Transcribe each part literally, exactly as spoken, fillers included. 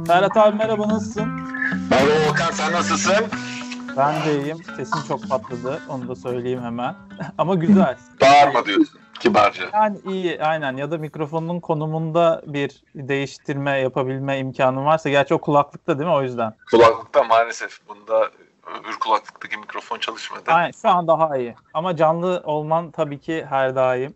Ferhat abi merhaba, nasılsın? Merhaba Volkan, sen nasılsın? Ben de iyiyim. Sesin çok patladı. Onu da söyleyeyim hemen. Ama güzel. Bağırma diyorsun kibarca. Yani iyi, aynen. Ya da mikrofonun konumunda bir değiştirme yapabilme imkanın varsa. Gerçi o kulaklıkta değil mi, o yüzden? Kulaklıkta maalesef. Bunda öbür kulaklıktaki mikrofon çalışmadı. Aynen, şu an daha iyi. Ama canlı olman tabii ki her daim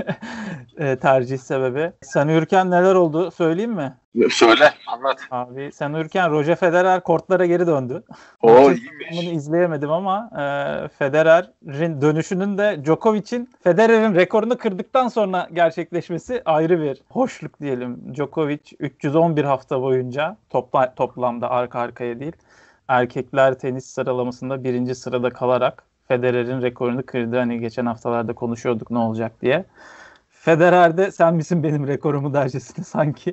tercih sebebi. Sen uyurken neler oldu söyleyeyim mi? Söyle, anlat. Abi sen uyurken Roger Federer kortlara geri döndü. Oo, iyiymiş. Bunu izleyemedim ama e, Federer'in dönüşünün de Djokovic'in Federer'in rekorunu kırdıktan sonra gerçekleşmesi ayrı bir hoşluk diyelim. Djokovic üç yüz on bir hafta boyunca topla, toplamda arka arkaya değil, erkekler tenis sıralamasında birinci sırada kalarak Federer'in rekorunu kırdı. Hani geçen haftalarda konuşuyorduk ne olacak diye. Federer de sen misin benim rekorumu dercesine sanki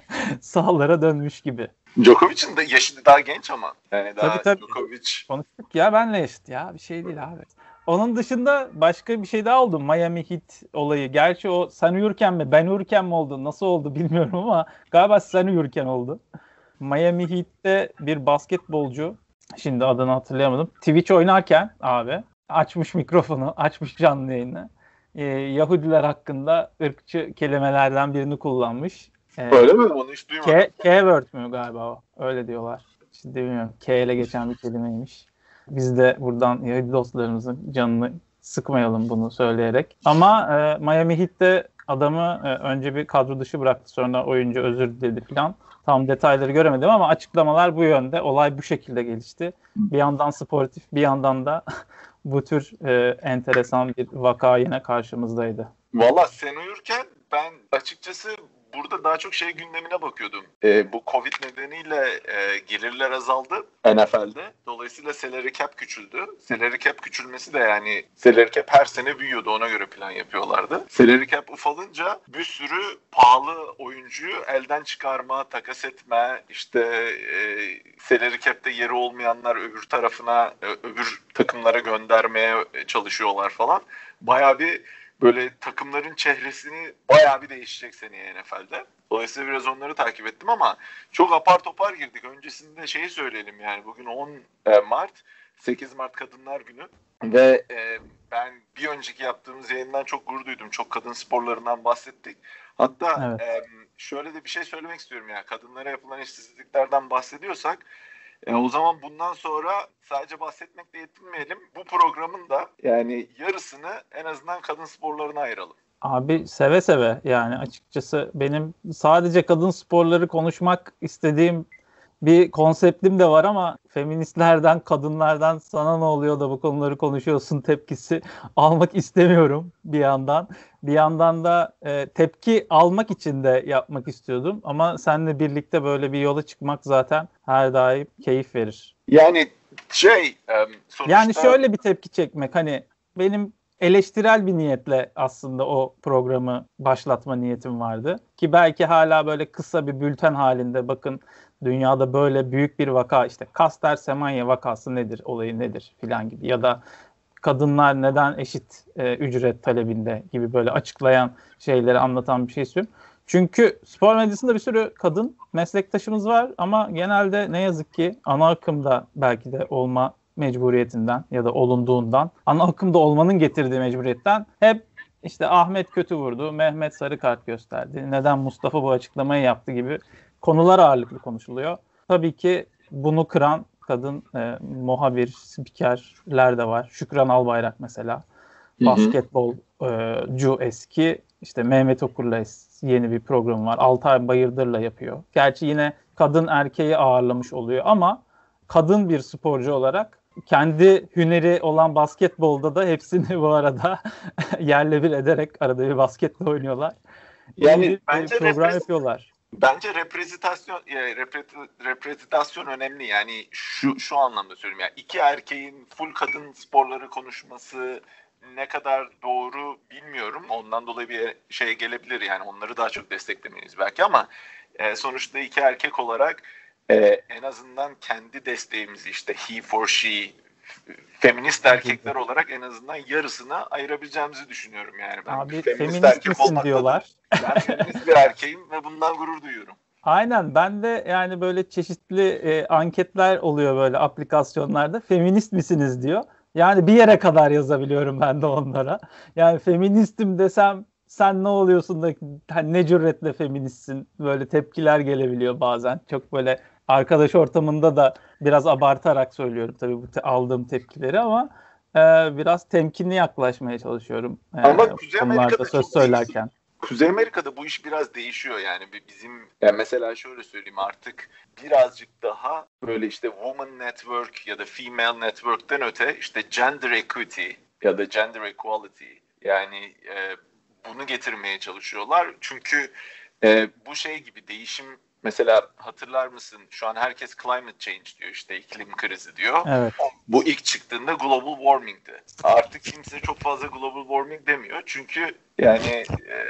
sahalara dönmüş gibi. Djokovic'in de yaşı daha genç ama. Yani daha tabii, tabii. Djokovic. Konuştuk ya, benle yaşıt ya. Bir şey değil abi. Onun dışında başka bir şey daha oldu. Miami Heat olayı. Gerçi o sen uyurken mi ben uyurken mi oldu? Nasıl oldu bilmiyorum ama galiba sen uyurken oldu. Miami Heat'te bir basketbolcu, şimdi adını hatırlayamadım, Twitch oynarken abi açmış mikrofonu, açmış canlı yayını. Ee, Yahudiler hakkında ırkçı kelimelerden birini kullanmış. Ee, Öyle mi? Onu hiç duymadım. K- K-word mü galiba o? Öyle diyorlar. Şimdi bilmiyorum. K ile geçen bir kelimeymiş. Biz de buradan Yahudi dostlarımızın canını sıkmayalım bunu söyleyerek. Ama e, Miami Heat'te adamı e, önce bir kadro dışı bıraktı. Sonra oyuncu özür diledi falan. Tam detayları göremedim ama açıklamalar bu yönde. Olay bu şekilde gelişti. Bir yandan sportif, bir yandan da bu tür e, enteresan bir vaka yine karşımızdaydı. Valla sen uyurken ben açıkçası burada daha çok şey gündemine bakıyordum. Ee, bu Covid nedeniyle e, gelirler azaldı N F L'de. Dolayısıyla salary cap küçüldü. Salary cap küçülmesi de yani salary cap her sene büyüyordu. Ona göre plan yapıyorlardı. Salary cap ufalınca bir sürü pahalı oyuncuyu elden çıkarma, takas etme, işte e, salary cap'te yeri olmayanlar öbür tarafına, öbür takımlara göndermeye çalışıyorlar falan. Bayağı bir böyle takımların çehresini bayağı bir değişecek seneye N F L'de. Dolayısıyla biraz onları takip ettim ama çok apar topar girdik. Öncesinde şeyi söyleyelim, yani bugün on Mart, sekiz Mart Kadınlar Günü ve e, ben bir önceki yaptığımız yayından çok gurur duydum. Çok kadın sporlarından bahsettik. Hatta evet. e, şöyle de bir şey söylemek istiyorum, ya kadınlara yapılan eşitsizliklerden bahsediyorsak E, o zaman bundan sonra sadece bahsetmekle yetinmeyelim. Bu programın da yani yarısını en azından kadın sporlarına ayıralım. Abi seve seve, yani açıkçası benim sadece kadın sporları konuşmak istediğim bir konseptim de var ama feministlerden, kadınlardan sana ne oluyor da bu konuları konuşuyorsun tepkisi almak istemiyorum bir yandan. Bir yandan da e, tepki almak için de yapmak istiyordum ama seninle birlikte böyle bir yola çıkmak zaten her daim keyif verir. Yani şey sonuçta... Yani şöyle bir tepki çekmek, hani benim eleştirel bir niyetle aslında o programı başlatma niyetim vardı. Ki belki hala böyle kısa bir bülten halinde, bakın dünyada böyle büyük bir vaka, işte Caster Semenya vakası nedir, olayı nedir filan gibi, ya da kadınlar neden eşit e, ücret talebinde gibi böyle açıklayan şeyleri anlatan bir şey istiyorum. Çünkü spor medyasında bir sürü kadın meslektaşımız var ama genelde ne yazık ki ana akımda belki de olma mecburiyetinden ya da olunduğundan, ana akımda olmanın getirdiği mecburiyetten hep işte Ahmet kötü vurdu, Mehmet sarı kart gösterdi, neden Mustafa bu açıklamayı yaptı gibi konular ağırlıklı konuşuluyor. Tabii ki bunu kıran kadın e, muhabir, spikerler de var. Şükran Albayrak mesela. Basketbolcu eski. İşte Mehmet Okur'la yeni bir program var. Altay Bayırdır'la yapıyor. Gerçi yine kadın erkeği ağırlamış oluyor ama kadın bir sporcu olarak kendi hüneri olan basketbolda da hepsini bu arada yerle bir ederek arada bir basketle oynuyorlar. Yani bir bence program reprez- yapıyorlar. Bence reprezentasyon reprezentasyon önemli, yani şu şu anlamda söyleyeyim, yani iki erkeğin full kadın sporları konuşması ne kadar doğru bilmiyorum. Ondan dolayı bir şey gelebilir, yani onları daha çok desteklemeliyiz belki ama e, sonuçta iki erkek olarak e, en azından kendi desteğimizi, işte he for she, feminist erkekler olarak en azından yarısına ayırabileceğimizi düşünüyorum yani. Ben Abi feminist, feminist misin diyorlar. Ben feminist bir erkeğim ve bundan gurur duyuyorum. Aynen, ben de yani böyle çeşitli e, anketler oluyor böyle aplikasyonlarda. Feminist misiniz diyor. Yani bir yere kadar yazabiliyorum ben de onlara. Yani feministim desem sen ne oluyorsun da hani ne cüretle feministsin, böyle tepkiler gelebiliyor bazen. Çok böyle arkadaş ortamında da biraz abartarak söylüyorum tabii bu te- aldığım tepkileri, ama e, biraz temkinli yaklaşmaya çalışıyorum e, Ama bu Kuzey konularda Amerika'da söz çok değişti. söylerken. Kuzey Amerika'da bu iş biraz değişiyor yani. Bir- bizim yani mesela şöyle söyleyeyim, artık birazcık daha böyle işte woman network ya da female network'ten öte işte gender equity ya da gender equality, yani e, bunu getirmeye çalışıyorlar. Çünkü e, bu şey gibi değişim, mesela hatırlar mısın, şu an herkes climate change diyor, işte iklim krizi diyor. Evet. Bu ilk çıktığında global warming'di. Artık kimse çok fazla global warming demiyor. Çünkü yani e,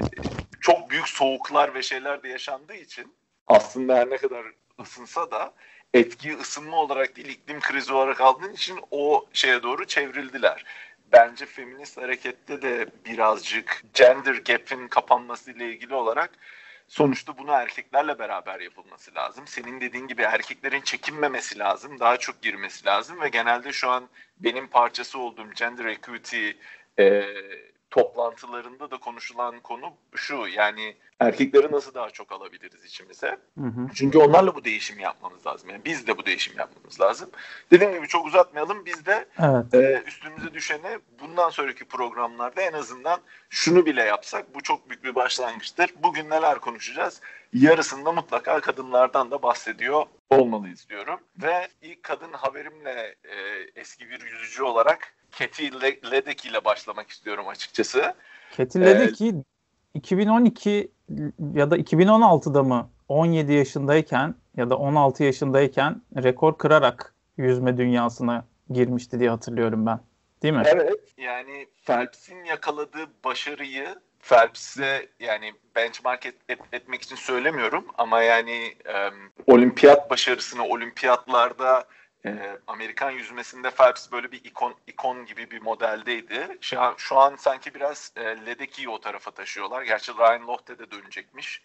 çok büyük soğuklar ve şeyler de yaşandığı için aslında her ne kadar ısınsa da etkiyi ısınma olarak değil iklim krizi olarak aldığın için o şeye doğru çevrildiler. Bence feminist harekette de birazcık gender gap'in kapanması ile ilgili olarak sonuçta bunu erkeklerle beraber yapılması lazım. Senin dediğin gibi erkeklerin çekinmemesi lazım, daha çok girmesi lazım ve genelde şu an benim parçası olduğum gender equity e, toplantılarında da konuşulan konu şu: yani erkekleri nasıl daha çok alabiliriz içimize? Hı hı. Çünkü onlarla bu değişimi yapmamız lazım. Yani biz de bu değişimi yapmamız lazım. Dediğim gibi çok uzatmayalım. Biz de Evet. e, üstümüze düşeni bundan sonraki programlarda en azından şunu bile yapsak bu çok büyük bir başlangıçtır. Bugün neler konuşacağız? Yarısında mutlaka kadınlardan da bahsediyor olmalıyız diyorum. Ve ilk kadın haberimle e, eski bir yüzücü olarak Katie Ledecky ile başlamak istiyorum açıkçası. Ketiledi ki iki bin on iki ya da iki bin on altıda mı on yedi yaşındayken ya da on altı yaşındayken rekor kırarak yüzme dünyasına girmişti diye hatırlıyorum ben. Değil mi? Evet. Yani Phelps'in yakaladığı başarıyı, Phelps'e yani benchmark et, et, etmek için söylemiyorum ama yani e, olimpiyat başarısını, olimpiyatlarda e, Amerikan yüzmesinde Phelps böyle bir ikon ikon gibi bir modeldeydi. Şu an, şu an sanki biraz e, Ledecky'yi o tarafa taşıyorlar. Gerçi Ryan Lochte de dönecekmiş.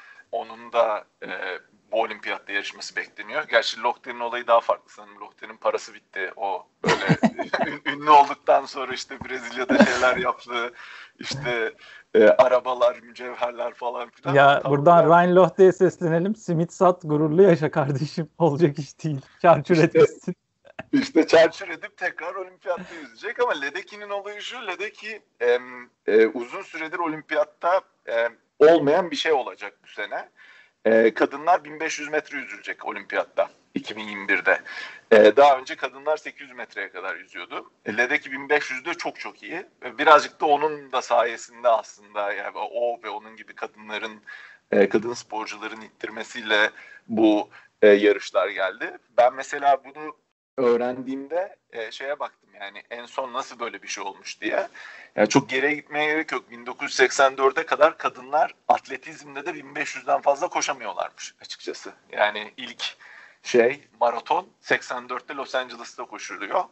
Onun da e, bu olimpiyatta yarışması bekleniyor. Gerçi Lochte'nin olayı daha farklı sanırım. Lochte'nin parası bitti. O böyle ünlü olduktan sonra işte Brezilya'da şeyler yaptı. İşte e, arabalar, mücevherler falan filan. O Ya buradan tamamen Ryan Lochte'ye seslenelim. Simit sat, gururlu yaşa kardeşim. Olacak iş değil. Çarçur işte etmişsin. işte çarçur edip tekrar olimpiyatta yüzecek ama Ledecky'nin olayı şu: Ledecky e, e, uzun süredir olimpiyatta e, olmayan bir şey olacak bu sene. E, kadınlar bin beş yüz metre yüzülecek olimpiyatta iki bin yirmi birde. E, daha önce kadınlar sekiz yüz metreye kadar yüzüyordu. E, Ledecky bin beş yüzde çok çok iyi. E, birazcık da onun da sayesinde aslında yani o ve onun gibi kadınların, e, kadın sporcuların ittirmesiyle bu e, yarışlar geldi. Ben mesela bunu öğrendiğimde e, şeye baktım, yani en son nasıl böyle bir şey olmuş diye. Yani çok geriye gitmeye gerek yok. bin dokuz yüz seksen dörde kadar kadınlar atletizmde de bin beş yüzden fazla koşamıyorlarmış açıkçası. Yani ilk şey maraton seksen dörtte Los Angeles'ta koşuluyor.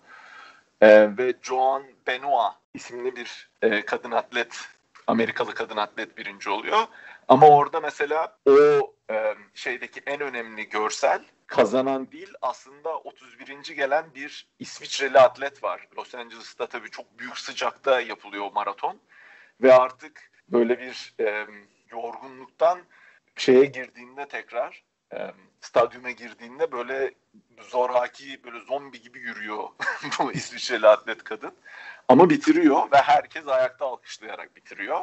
Ee, ve Joan Benoit isimli bir e, kadın atlet, Amerikalı kadın atlet birinci oluyor. Ama orada mesela o e, şeydeki en önemli görsel kazanan değil, aslında otuz birinci gelen bir İsviçreli atlet var. Los Angeles'ta tabii çok büyük sıcakta yapılıyor o maraton. Ve artık böyle bir e, yorgunluktan şeye girdiğinde tekrar e, stadyuma girdiğinde böyle zoraki, böyle zombi gibi yürüyor bu İsviçreli atlet kadın. Ama bitiriyor ve herkes ayakta alkışlayarak bitiriyor.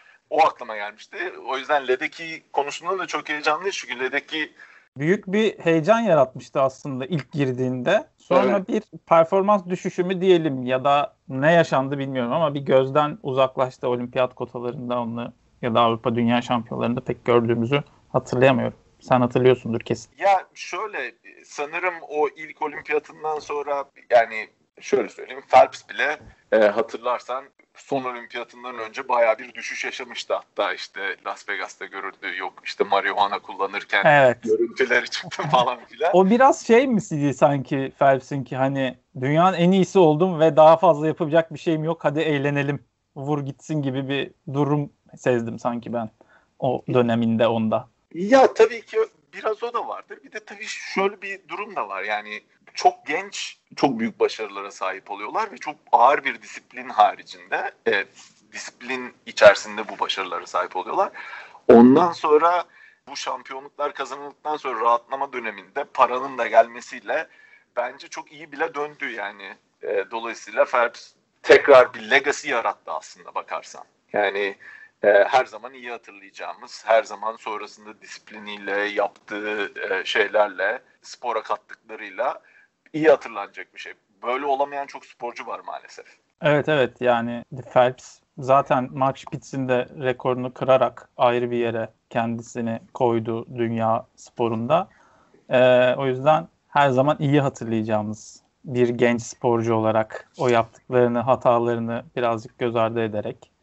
O aklıma gelmişti. O yüzden Ledecky konusunda da çok heyecanlıyız. Çünkü Ledecky Büyük bir heyecan yaratmıştı aslında ilk girdiğinde. Sonra evet, bir performans düşüşü mü diyelim ya da ne yaşandı bilmiyorum ama bir gözden uzaklaştı olimpiyat kotalarında onu ya da Avrupa Dünya Şampiyonlarında pek gördüğümüzü hatırlayamıyorum. Sen hatırlıyorsundur kesin. ya şöyle sanırım o ilk olimpiyatından sonra, yani şöyle söyleyeyim, Phelps bile e, hatırlarsan son olimpiyatından önce bayağı bir düşüş yaşamıştı. Hatta işte Las Vegas'ta görüldü, yok işte marihuana kullanırken Evet. görüntüleri çıktı falan filan. O biraz şey mi sanki Phelps'in ki hani dünyanın en iyisi oldum ve daha fazla yapacak bir şeyim yok, hadi eğlenelim, vur gitsin gibi bir durum sezdim sanki ben o döneminde onda. Ya tabii ki biraz o da vardır. Bir de tabii şöyle bir durum da var. Yani çok genç, çok büyük başarılara sahip oluyorlar ve çok ağır bir disiplin haricinde, e, disiplin içerisinde bu başarılara sahip oluyorlar. Ondan sonra bu şampiyonluklar kazanıldıktan sonra rahatlama döneminde paranın da gelmesiyle bence çok iyi bile döndü yani. E, dolayısıyla Phelps tekrar bir legacy yarattı aslında bakarsan. Yani e, her zaman iyi hatırlayacağımız, her zaman sonrasında disipliniyle, yaptığı e, şeylerle, spora kattıklarıyla iyi hatırlanacak bir şey. Böyle olamayan çok sporcu var maalesef. Evet evet yani Phelps zaten Mark Spitz'in de rekorunu kırarak ayrı bir yere kendisini koydu dünya sporunda. Ee, o yüzden her zaman iyi hatırlayacağımız bir genç sporcu olarak o yaptıklarını, hatalarını birazcık göz ardı ederek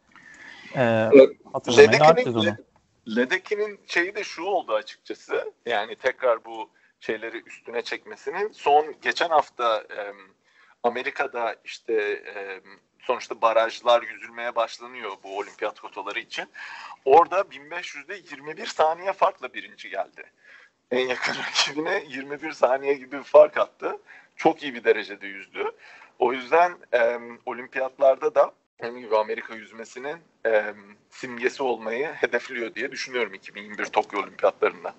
e, hatırlamaya devam edeceğiz onu. Ledeki'nin şeyi de şu oldu açıkçası. Yani tekrar bu şeyleri üstüne çekmesinin son geçen hafta e, Amerika'da işte e, sonuçta barajlar yüzülmeye başlanıyor bu olimpiyat kotaları için. Orada bin beş yüzde yirmi bir saniye farkla birinci geldi. En yakın rakibine yirmi bir saniye gibi bir fark attı. Çok iyi bir derecede yüzdü. O yüzden e, olimpiyatlarda da hem gibi Amerika yüzmesinin e, simgesi olmayı hedefliyor diye düşünüyorum iki bin yirmi bir Tokyo Olimpiyatlarında.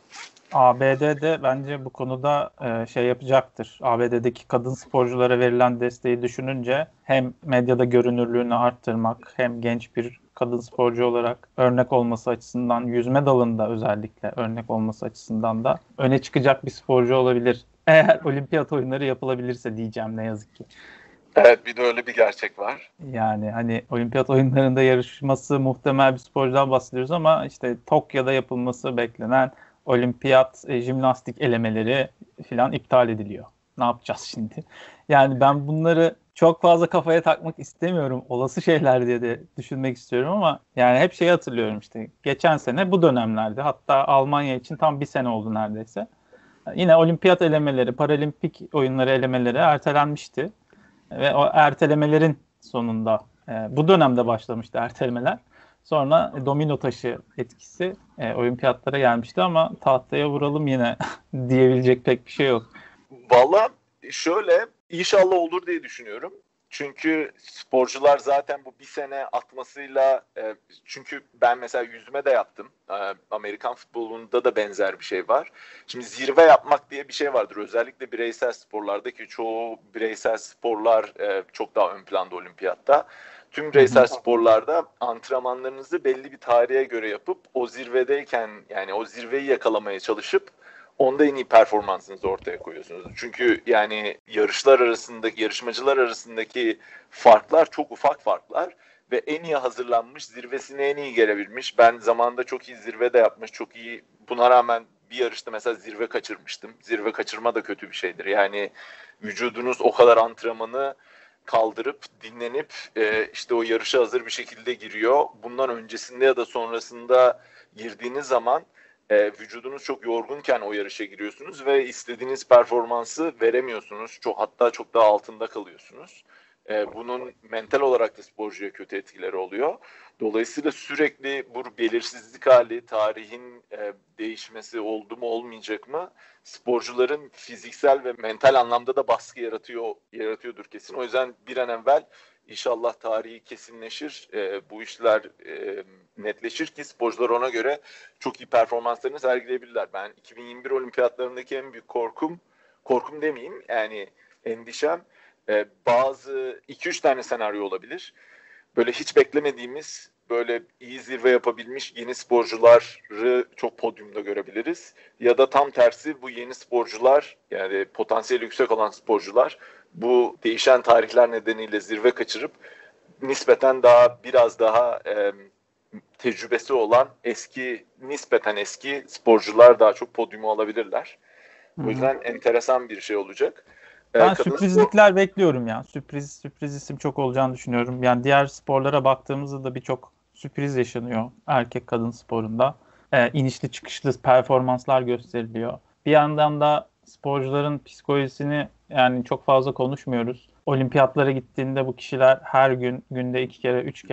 A B D'de bence bu konuda e, şey yapacaktır. A B D'deki kadın sporculara verilen desteği düşününce hem medyada görünürlüğünü arttırmak hem genç bir kadın sporcu olarak örnek olması açısından, yüzme dalında özellikle örnek olması açısından da öne çıkacak bir sporcu olabilir. Eğer olimpiyat oyunları yapılabilirse diyeceğim ne yazık ki. Evet, bir de öyle bir gerçek var. Yani hani olimpiyat oyunlarında yarışması muhtemel bir sporcudan bahsediyoruz ama işte Tokyo'da yapılması beklenen olimpiyat e, jimnastik elemeleri falan iptal ediliyor. Ne yapacağız şimdi? Yani ben bunları çok fazla kafaya takmak istemiyorum. Olası şeyler diye de düşünmek istiyorum ama yani hep şeyi hatırlıyorum işte. Geçen sene bu dönemlerde, hatta Almanya için tam bir sene oldu neredeyse. Yine olimpiyat elemeleri, paralimpik oyunları elemeleri ertelenmişti. Ve o ertelemelerin sonunda e, bu dönemde başlamıştı ertelemeler. Sonra e, domino taşı etkisi e, olimpiyatlara gelmişti ama tahtaya vuralım yine diyebilecek pek bir şey yok. Vallahi şöyle, inşallah olur diye düşünüyorum. Çünkü sporcular zaten bu bir sene atmasıyla e, çünkü ben mesela yüzme de yaptım. E, Amerikan futbolunda da benzer bir şey var. Şimdi zirve yapmak diye bir şey vardır. Özellikle bireysel sporlardaki çoğu bireysel sporlar e, çok daha ön planda olimpiyatta. Tüm bireysel hı hı. sporlarda antrenmanlarınızı belli bir tarihe göre yapıp o zirvedeyken yani o zirveyi yakalamaya çalışıp onda en iyi performansınızı ortaya koyuyorsunuz. Çünkü yani yarışlar arasındaki, yarışmacılar arasındaki farklar çok ufak farklar ve en iyi hazırlanmış, zirvesine en iyi gelebilmiş. Ben zamanında çok iyi zirve de yapmış, çok iyi. Buna rağmen bir yarışta mesela zirve kaçırmıştım. Zirve kaçırma da kötü bir şeydir. Yani vücudunuz o kadar antrenmanı kaldırıp, dinlenip işte o yarışa hazır bir şekilde giriyor. Bundan öncesinde ya da sonrasında girdiğiniz zaman E, vücudunuz çok yorgunken o yarışa giriyorsunuz ve istediğiniz performansı veremiyorsunuz. Çok, hatta çok daha altında kalıyorsunuz. E, bunun mental olarak da sporcuya kötü etkileri oluyor. Dolayısıyla sürekli bu belirsizlik hali, tarihin e, değişmesi oldu mu olmayacak mı sporcuların fiziksel ve mental anlamda da baskı yaratıyor yaratıyordur kesin. O yüzden bir an evvel İnşallah tarihi kesinleşir, e, bu işler e, netleşir ki sporcular ona göre çok iyi performanslarını sergileyebilirler. Ben iki bin yirmi bir olimpiyatlarındaki en büyük korkum, korkum demeyeyim yani endişem e, bazı iki üç tane senaryo olabilir. Böyle hiç beklemediğimiz, böyle iyi zirve yapabilmiş yeni sporcuları çok podyumda görebiliriz. Ya da tam tersi bu yeni sporcular yani potansiyeli yüksek olan sporcular bu değişen tarihler nedeniyle zirve kaçırıp nispeten daha biraz daha e, tecrübesi olan eski nispeten eski sporcular daha çok podyumu alabilirler. Hı-hı. O yüzden enteresan bir şey olacak. Ben Kadın sürprizlikler spor... bekliyorum ya. Sürpriz sürpriz isim çok olacağını düşünüyorum. Yani diğer sporlara baktığımızda da birçok sürpriz yaşanıyor erkek kadın sporunda. Ee, inişli çıkışlı performanslar gösteriliyor. Bir yandan da sporcuların psikolojisini yani çok fazla konuşmuyoruz. Olimpiyatlara gittiğinde bu kişiler her gün günde iki kere üç kere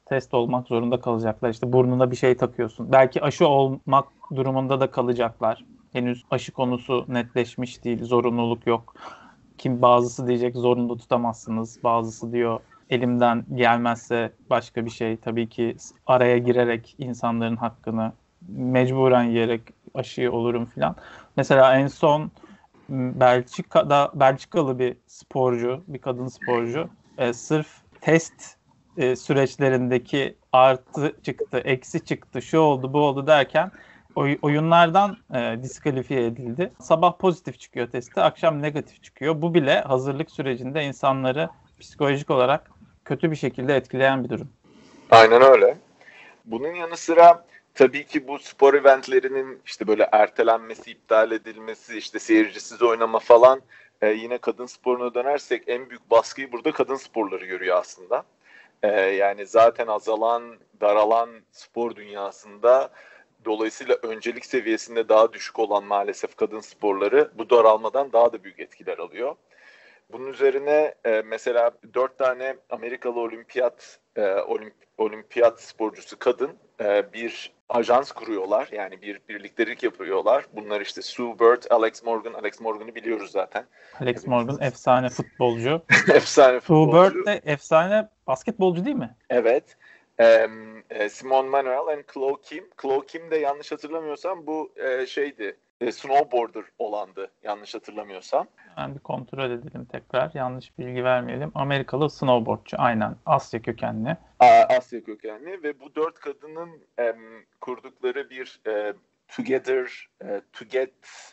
test olmak zorunda kalacaklar. İşte burnuna bir şey takıyorsun. Belki aşı olmak durumunda da kalacaklar. Henüz aşı konusu netleşmiş değil. Zorunluluk yok. Kim bazısı diyecek zorunlu tutamazsınız. Bazısı diyor elimden gelmezse başka bir şey. Tabii ki araya girerek insanların hakkını mecburen yiyerek aşı olurum filan. Mesela en son Belçika'da Belçikalı bir sporcu, bir kadın sporcu e, sırf test e, süreçlerindeki artı çıktı, eksi çıktı, şu oldu, bu oldu derken oy, oyunlardan e, diskalifiye edildi. Sabah pozitif çıkıyor testi, akşam negatif çıkıyor. Bu bile hazırlık sürecinde insanları psikolojik olarak kötü bir şekilde etkileyen bir durum. Aynen öyle. Bunun yanı sıra tabii ki bu spor eventlerinin işte böyle ertelenmesi, iptal edilmesi, işte seyircisiz oynama falan e, yine kadın sporuna dönersek en büyük baskıyı burada kadın sporları görüyor aslında. E, yani zaten azalan, daralan spor dünyasında dolayısıyla öncelik seviyesinde daha düşük olan maalesef kadın sporları bu daralmadan daha da büyük etkiler alıyor. Bunun üzerine e, mesela dört tane Amerikalı olimpiyat e, olimp, olimpiyat sporcusu kadın e, bir ajans kuruyorlar. Yani bir birliktelik yapıyorlar. Bunlar işte Sue Bird, Alex Morgan. Alex Morgan'ı biliyoruz zaten. Alex Hepimiz... Morgan efsane futbolcu. efsane futbolcu. Sue Bird de efsane basketbolcu değil mi? Evet. E, e, Simone Manuel and Chloe Kim. Chloe Kim de yanlış hatırlamıyorsam bu e, şeydi. E, snowboarder olandı yanlış hatırlamıyorsam. Yani bir kontrol edelim tekrar. Yanlış bilgi vermeyelim. Amerikalı snowboardçu. Aynen. Asya kökenli. Asya kökenli ve bu dört kadının e, kurdukları bir e, Together e, To Get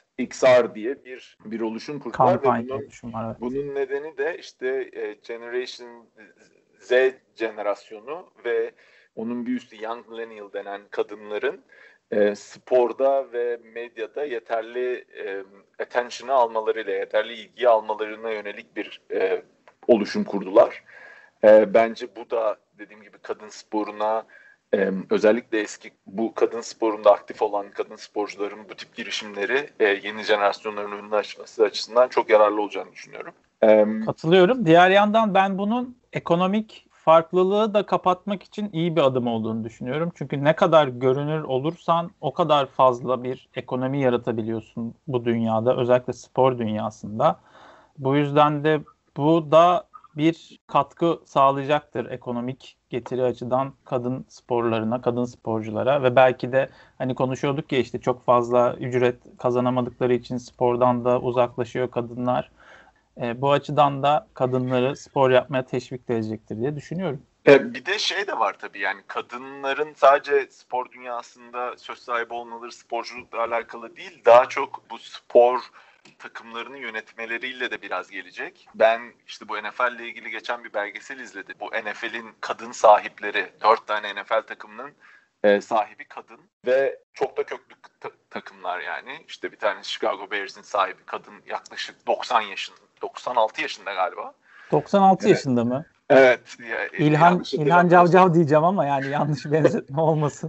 X R diye bir bir oluşum kurdular. Kampanya ve bunun, oluşum var. Evet. Bunun nedeni de işte e, Generation Z jenerasyonu ve onun bir üstü Young Millennial denen kadınların E, sporda ve medyada yeterli e, attention'ı almalarıyla, yeterli ilgiyi almalarına yönelik bir e, oluşum kurdular. E, bence bu da dediğim gibi kadın sporuna e, özellikle eski bu kadın sporunda aktif olan kadın sporcuların bu tip girişimleri e, yeni jenerasyonların önünü açması açısından çok yararlı olacağını düşünüyorum. E, Katılıyorum. Diğer yandan ben bunun ekonomik farklılığı da kapatmak için iyi bir adım olduğunu düşünüyorum. Çünkü ne kadar görünür olursan o kadar fazla bir ekonomi yaratabiliyorsun bu dünyada, özellikle spor dünyasında. Bu yüzden de bu da bir katkı sağlayacaktır ekonomik getiri açıdan kadın sporlarına, kadın sporculara ve belki de hani konuşuyorduk ya işte çok fazla ücret kazanamadıkları için spordan da uzaklaşıyor kadınlar. E, bu açıdan da kadınları spor yapmaya teşvik edecektir diye düşünüyorum. E, bir de şey de var tabii yani kadınların sadece spor dünyasında söz sahibi olmaları sporculukla alakalı değil, daha çok bu spor takımlarını yönetmeleriyle de biraz gelecek. Ben işte bu N F L ile ilgili geçen bir belgesel izledim. Bu N F L'in kadın sahipleri, dört tane N F L takımının e, sahibi kadın ve çok da köklü ta- takımlar yani. İşte bir tane Chicago Bears'in sahibi kadın, yaklaşık doksan yaşında, doksan altı yaşında galiba. doksan altı evet. yaşında mı? Evet. Ya, İlhan İlhan Cavcav diyeceğim ama yani yanlış benzetme olmasın.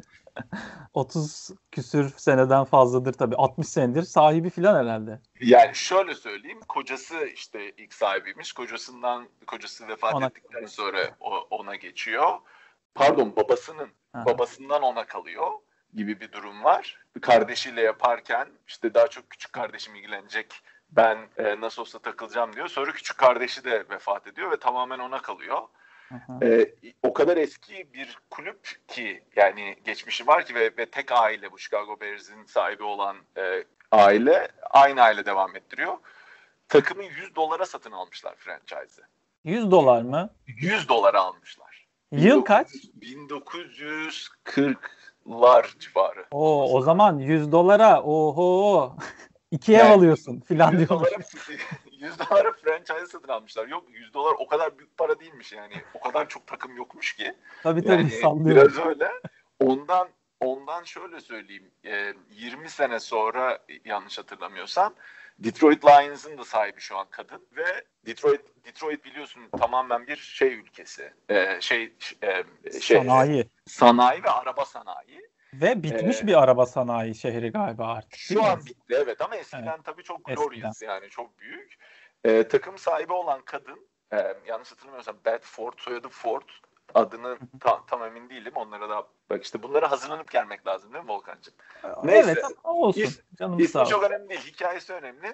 otuz küsür seneden fazladır tabii. altmış senedir sahibi falan herhalde. Yani şöyle söyleyeyim. Kocası işte ilk sahibiymiş. Kocasından kocası vefat ona ettikten kalıyor. Sonra o, ona geçiyor. Pardon babasının Aha. babasından ona kalıyor gibi bir durum var. Kardeşiyle yaparken işte daha çok küçük kardeşim ilgilenecek. Ben e, nasıl olsa takılacağım diyor. Sonra küçük kardeşi de vefat ediyor ve tamamen ona kalıyor. Ee, o kadar eski bir kulüp ki yani geçmişi var ki ve, ve tek aile bu Chicago Bears'in sahibi olan e, aile aynı aile devam ettiriyor. Takımı yüz dolara satın almışlar franchise'ı. yüz dolar mı? yüz dolara almışlar. Yıl kaç? bin dokuz yüz kırklar civarı. Oo, o zaman yüz dolara oho iki ev yani, alıyorsun filan diyormuş. yüz dolara franchise satın almışlar. Yok yüz dolar o kadar büyük para değilmiş yani. O kadar çok takım yokmuş ki. Tabii tabii yani sallıyor. Biraz öyle. Ondan ondan şöyle söyleyeyim. yirmi sene sonra yanlış hatırlamıyorsam Detroit Lions'ın da sahibi şu an kadın ve Detroit Detroit biliyorsun tamamen bir şey ülkesi. Şey şey sanayi. Sanayi ve araba sanayi. Ve bitmiş ee, bir araba sanayi şehri galiba artık. Şu an bitti evet ama eskiden evet. tabii çok glorious eskiden. Yani çok büyük. Ee, takım sahibi olan kadın e, yanlış hatırlamıyorsam Beth Ford, soyadı Ford. Adını tam, tam emin değilim. Onlara da bak işte bunlara hazırlanıp gelmek lazım değil mi Volkan'cığım? Neyse. Evet olsun. İs, Canım ismi sağ çok olsun. önemli değil. Hikayesi önemli.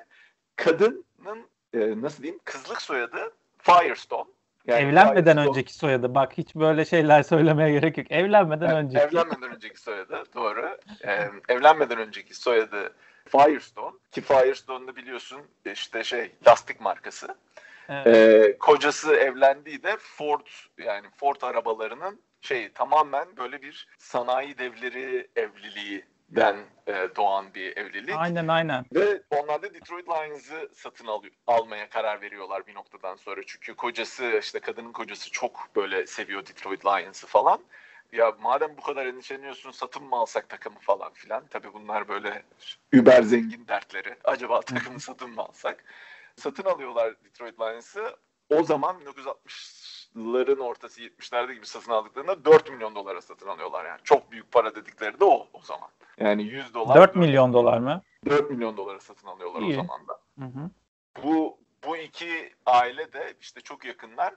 Kadının e, nasıl diyeyim kızlık soyadı Firestone. Yani evlenmeden Firestone, önceki soyadı. Bak hiç böyle şeyler söylemeye gerek yok. Evlenmeden e, önceki. Evlenmeden önceki soyadı. Doğru. E, evlenmeden önceki soyadı Firestone. Ki Firestone'da biliyorsun işte şey lastik markası. Evet. Ee, kocası evlendiği de Ford yani Ford arabalarının şey tamamen böyle bir sanayi devleri evliliğinden e, doğan bir evlilik. Aynen aynen. Ve onlar da Detroit Lions'ı satın alıyor, almaya karar veriyorlar bir noktadan sonra. Çünkü kocası işte kadının kocası çok böyle seviyor Detroit Lions'ı falan. Ya madem bu kadar endişeleniyorsun satın mı alsak takımı falan filan. Tabii bunlar böyle über zengin dertleri. Acaba takımı satın mı alsak? Satın alıyorlar Detroit Lions'ı. O zaman bin dokuz yüz altmışların ortası yetmişlerde gibi satın aldıklarında dört milyon dolara satın alıyorlar yani. Çok büyük para dedikleri de o o zaman. Yani yüz dolar. dört milyon dolar mı? dört milyon dolara satın alıyorlar İyi. o zaman da. Hı hı. Bu bu iki aile de işte çok yakınlar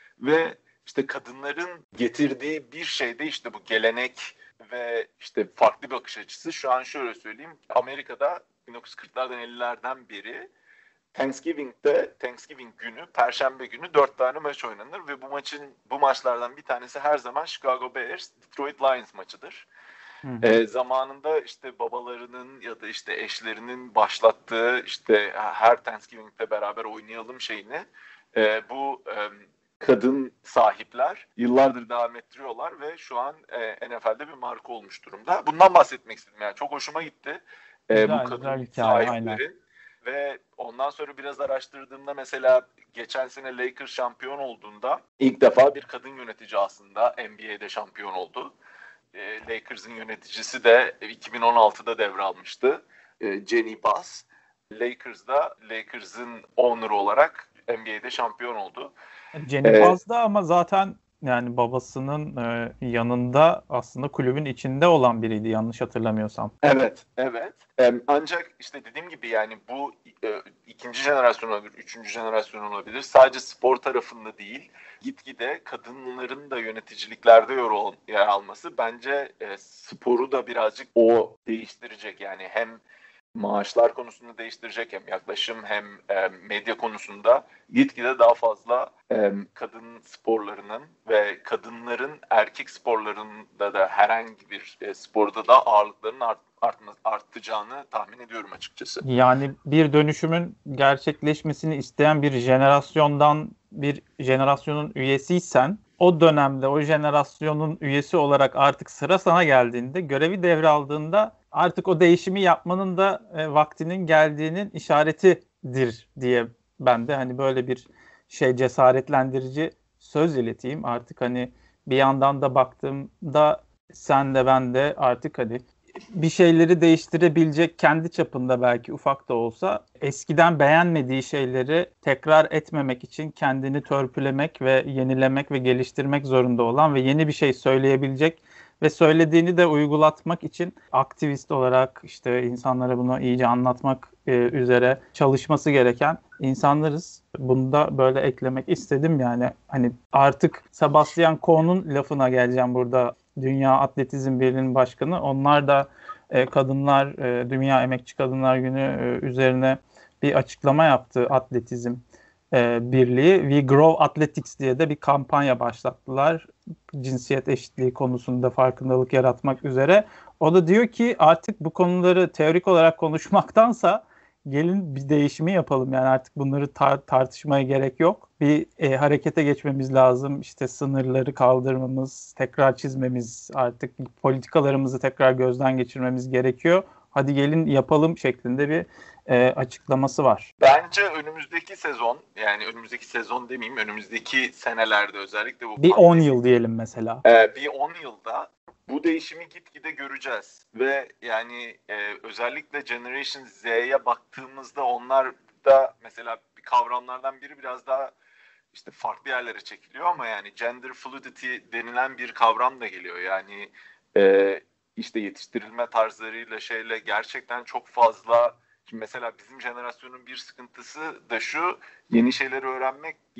ve işte kadınların getirdiği bir şey de işte bu gelenek ve işte farklı bir bakış açısı. Şu an şöyle söyleyeyim. Amerika'da bin dokuz yüz kırklardan ellilerden beri Thanksgiving'de, Thanksgiving günü, Perşembe günü dört tane maç oynanır ve bu maçın bu maçlardan bir tanesi her zaman Chicago Bears, Detroit Lions maçıdır. Hı hı. E, zamanında işte babalarının ya da işte eşlerinin başlattığı işte her Thanksgiving'de beraber oynayalım şeyini e, bu e, kadın sahipler yıllardır devam ettiriyorlar ve şu an e, N F L'de bir marka olmuş durumda. Bundan bahsetmek istedim yani çok hoşuma gitti. E, Güzel, bu kadın güzel hikaye, aynen. sahiplerin ve ondan sonra biraz araştırdığımda mesela geçen sene Lakers şampiyon olduğunda ilk defa bir kadın yönetici aslında N B A'de şampiyon oldu. Lakers'ın yöneticisi de iki bin on altıda devralmıştı. Jenny Bass. Lakers'da Lakers'ın owner'ı olarak N B A'de şampiyon oldu. Jenny ee, Bass'da ama zaten yani babasının e, yanında aslında kulübün içinde olan biriydi yanlış hatırlamıyorsam. Evet, evet. E, ancak işte dediğim gibi yani bu e, ikinci jenerasyon olabilir, üçüncü jenerasyon olabilir. Sadece spor tarafında değil, gitgide kadınların da yöneticiliklerde yer alması bence e, sporu da birazcık o değiştirecek. Yani hem maaşlar konusunda değiştirecek hem yaklaşım hem e, medya konusunda gitgide daha fazla e, kadın sporlarının ve kadınların erkek sporlarında da herhangi bir e, sporda da ağırlıklarının art, artma, artacağını tahmin ediyorum açıkçası. Yani bir dönüşümün gerçekleşmesini isteyen bir jenerasyondan bir jenerasyonun üyesiysen o dönemde o jenerasyonun üyesi olarak artık sıra sana geldiğinde görevi devraldığında artık o değişimi yapmanın da e, vaktinin geldiğinin işaretidir diye ben de hani böyle bir şey cesaretlendirici söz ileteyim. Artık hani bir yandan da baktığımda sen de ben de artık hani bir şeyleri değiştirebilecek kendi çapında belki ufak da olsa eskiden beğenmediği şeyleri tekrar etmemek için kendini törpülemek ve yenilemek ve geliştirmek zorunda olan ve yeni bir şey söyleyebilecek ve söylediğini de uygulatmak için aktivist olarak işte insanlara bunu iyice anlatmak e, üzere çalışması gereken insanlarız. Bunu da böyle eklemek istedim yani. Hani artık Sebastian Coe'nun lafına geleceğim burada. Dünya Atletizm Birliği'nin başkanı. Onlar da e, kadınlar, e, Dünya Emekçi Kadınlar Günü e, üzerine bir açıklama yaptı Atletizm e, Birliği. We Grow Athletics diye de bir kampanya başlattılar. Cinsiyet eşitliği konusunda farkındalık yaratmak üzere. O da diyor ki artık bu konuları teorik olarak konuşmaktansa gelin bir değişimi yapalım. Yani artık bunları tar- tartışmaya gerek yok. Bir e, harekete geçmemiz lazım. İşte sınırları kaldırmamız, tekrar çizmemiz, artık politikalarımızı tekrar gözden geçirmemiz gerekiyor. Hadi gelin yapalım şeklinde bir e, açıklaması var. Bence önümüzdeki sezon, yani önümüzdeki sezon demeyeyim, önümüzdeki senelerde özellikle bu bir on yıl diyelim mesela. E, bir on yılda bu değişimi gitgide göreceğiz ve yani e, özellikle Generation Z'ye baktığımızda onlar da mesela bir kavramlardan biri biraz daha işte farklı yerlere çekiliyor ama yani gender fluidity denilen bir kavram da geliyor. Yani e, işte yetiştirilme tarzlarıyla şeyle gerçekten çok fazla. Şimdi mesela bizim jenerasyonun bir sıkıntısı da şu, yeni şeyleri öğrenmek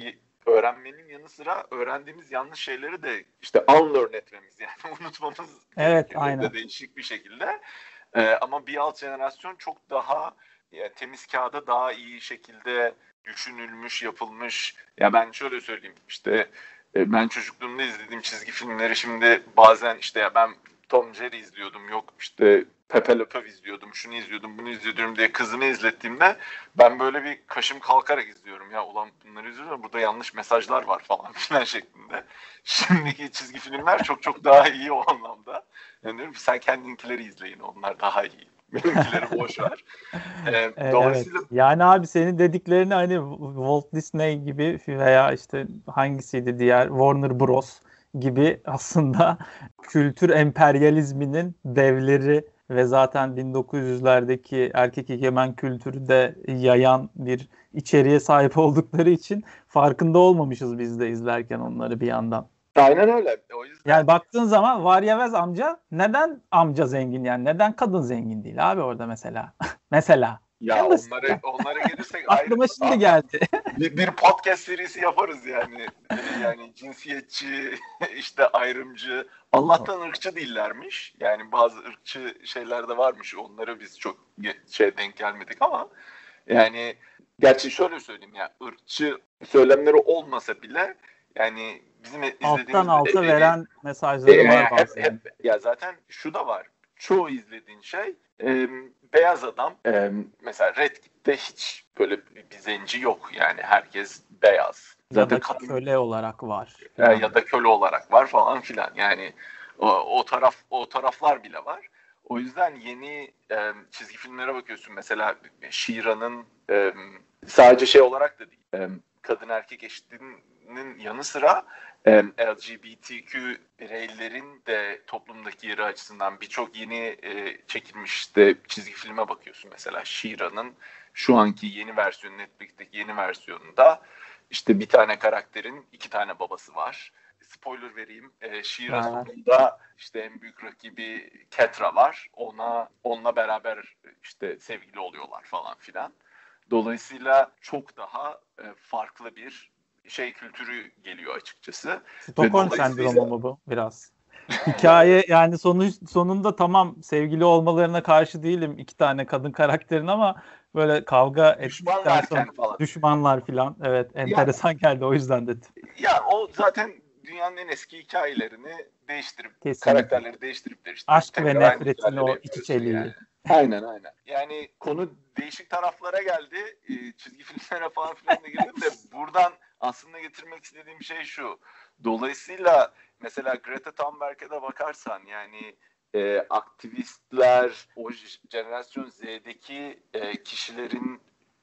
öğrenmenin yanı sıra öğrendiğimiz yanlış şeyleri de işte unlearn etmemiz, yani unutmamız Evet, gerekiyor aynen. de değişik bir şekilde. Ee, ama bir alt jenerasyon çok daha yani temiz kağıda daha iyi şekilde düşünülmüş, yapılmış. Ya ben şöyle söyleyeyim, işte ben çocukluğumda izlediğim çizgi filmleri şimdi bazen işte ya ben Tom Jerry izliyordum, yok işte Pepe Le Pew izliyordum, şunu izliyordum, bunu izliyordum diye kızımı izlettiğimde ben böyle bir kaşım kalkarak izliyorum. Ya ulan bunları izliyorum, burada yanlış mesajlar var falan filan şeklinde. Şimdiki çizgi filmler çok çok daha iyi o anlamda. Yani diyorum ki sen kendinkileri izleyin, onlar daha iyi. Benimkileri boş ver. Ee, dolayısıyla Evet. Yani abi senin dediklerini hani Walt Disney gibi veya işte hangisiydi diğer Warner Bros gibi aslında kültür emperyalizminin devleri ve zaten bin dokuz yüzlerdeki erkek egemen kültürü de yayan bir içeriğe sahip oldukları için farkında olmamışız biz de izlerken onları bir yandan. aynen öyle. O yüzden Yani baktığın zaman Varyavez amca neden amca zengin, yani neden kadın zengin değil abi orada mesela. Mesela. ya En basit. onlara onlara gelirsek ayrı Aklıma şimdi geldi. bir, bir podcast serisi yaparız yani. Yani cinsiyetçi, işte ayrımcı, Allah'tan ırkçı değillermiş. Yani bazı ırkçı şeyler de varmış. Onlara biz çok şey denk gelmedik ama yani gerçi şöyle söyleyeyim ya, ırkçı söylemleri olmasa bile yani bizim Alttan izlediğimiz alta e, veren e, mesajları e, var hep, bazen. hep ya zaten şu da var. Çoğu izlediğin şey e, beyaz adam, e, mesela Red Kit'te hiç böyle bir zenci yok, yani herkes beyaz. Zaten Ya da kadın köle olarak var. e, falan. ya da köle olarak var falan filan. Yani o, o taraf o taraflar bile var. O yüzden yeni e, çizgi filmlere bakıyorsun, mesela She-Ra'nın e, sadece şey olarak da değil, e, kadın erkek eşitliğinin yanı sıra e, L G B T Q bireylerin de toplumdaki yeri açısından birçok yeni e, çekilmiş işte çizgi filme bakıyorsun. Mesela She-Ra'nın şu anki yeni versiyonu, Netflix'teki yeni versiyonunda işte bir tane karakterin iki tane babası var. Spoiler vereyim. E, She-Ra sonunda işte en büyük rakibi Catra var. Ona onunla beraber işte sevgili oluyorlar falan filan. Dolayısıyla çok daha e, farklı bir şey kültürü geliyor açıkçası. Stockholm sendromu mu bu biraz? Hikaye yani sonuç, sonunda tamam sevgili olmalarına karşı değilim iki tane kadın karakterin, ama böyle kavga ettikten sonra falan. düşmanlar filan. Evet, enteresan ya, geldi, o yüzden dedim. Ya o zaten dünyanın en eski hikayelerini değiştirip, Kesinlikle. karakterleri değiştirip değiştirip Aşk ve nefretin o iç içeliği. Yani. Aynen aynen. Yani konu değişik taraflara geldi. Ee, çizgi filmlere falan filan da girdim de buradan aslında getirmek istediğim şey şu. Dolayısıyla mesela Greta Thunberg'e de bakarsan, yani e, aktivistler, o jenerasyon Z'deki e, kişilerin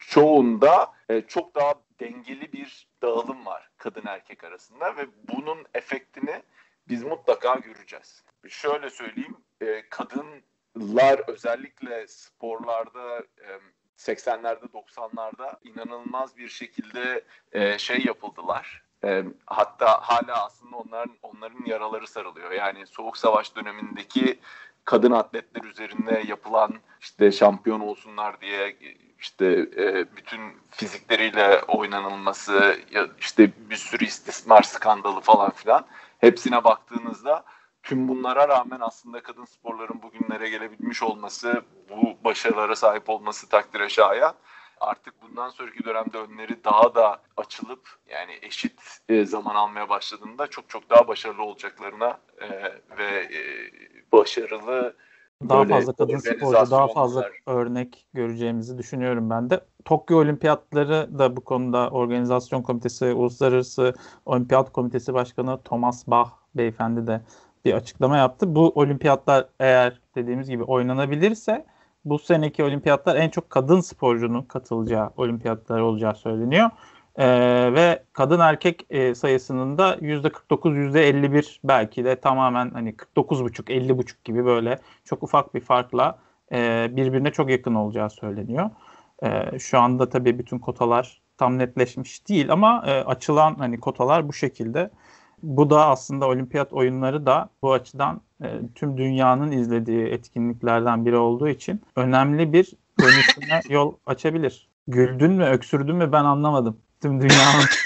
çoğunda e, çok daha dengeli bir dağılım var kadın erkek arasında ve bunun efektini biz mutlaka göreceğiz. Şöyle söyleyeyim, e, kadınlar özellikle sporlarda e, seksenlerde doksanlarda inanılmaz bir şekilde e, şey yapıldılar. E, hatta hala aslında onların onların yaraları sarılıyor. Yani Soğuk Savaş dönemindeki kadın atletler üzerinde yapılan işte şampiyon olsunlar diye işte e, bütün fizikleriyle oynanılması, ya işte bir sürü istismar skandalı falan filan, hepsine baktığınızda tüm bunlara rağmen aslında kadın sporların bugünlere gelebilmiş olması, bu başarılara sahip olması takdire şayan. Artık bundan sonraki dönemde önleri daha da açılıp yani eşit e, zaman almaya başladığında çok çok daha başarılı olacaklarına e, ve e, başarılı daha fazla kadın sporcu, daha fazla örnek göreceğimizi düşünüyorum ben de. Tokyo Olimpiyatları da bu konuda organizasyon komitesi, Uluslararası Olimpiyat Komitesi Başkanı Thomas Bach beyefendi de bir açıklama yaptı. Bu olimpiyatlar eğer dediğimiz gibi oynanabilirse bu seneki olimpiyatlar en çok kadın sporcunun katılacağı olimpiyatlar olacağı söyleniyor. Ee, ve kadın erkek e, sayısının da yüzde kırk dokuz yüzde elli bir, belki de tamamen hani kırk dokuz buçuk elli buçuk gibi böyle çok ufak bir farkla e, birbirine çok yakın olacağı söyleniyor. E, şu anda tabii bütün kotalar tam netleşmiş değil ama e, açılan hani kotalar bu şekilde. Bu da aslında olimpiyat oyunları da bu açıdan e, tüm dünyanın izlediği etkinliklerden biri olduğu için önemli bir dönüşüme yol açabilir. Güldün mü, öksürdün mü ben anlamadım. Tüm dünyanın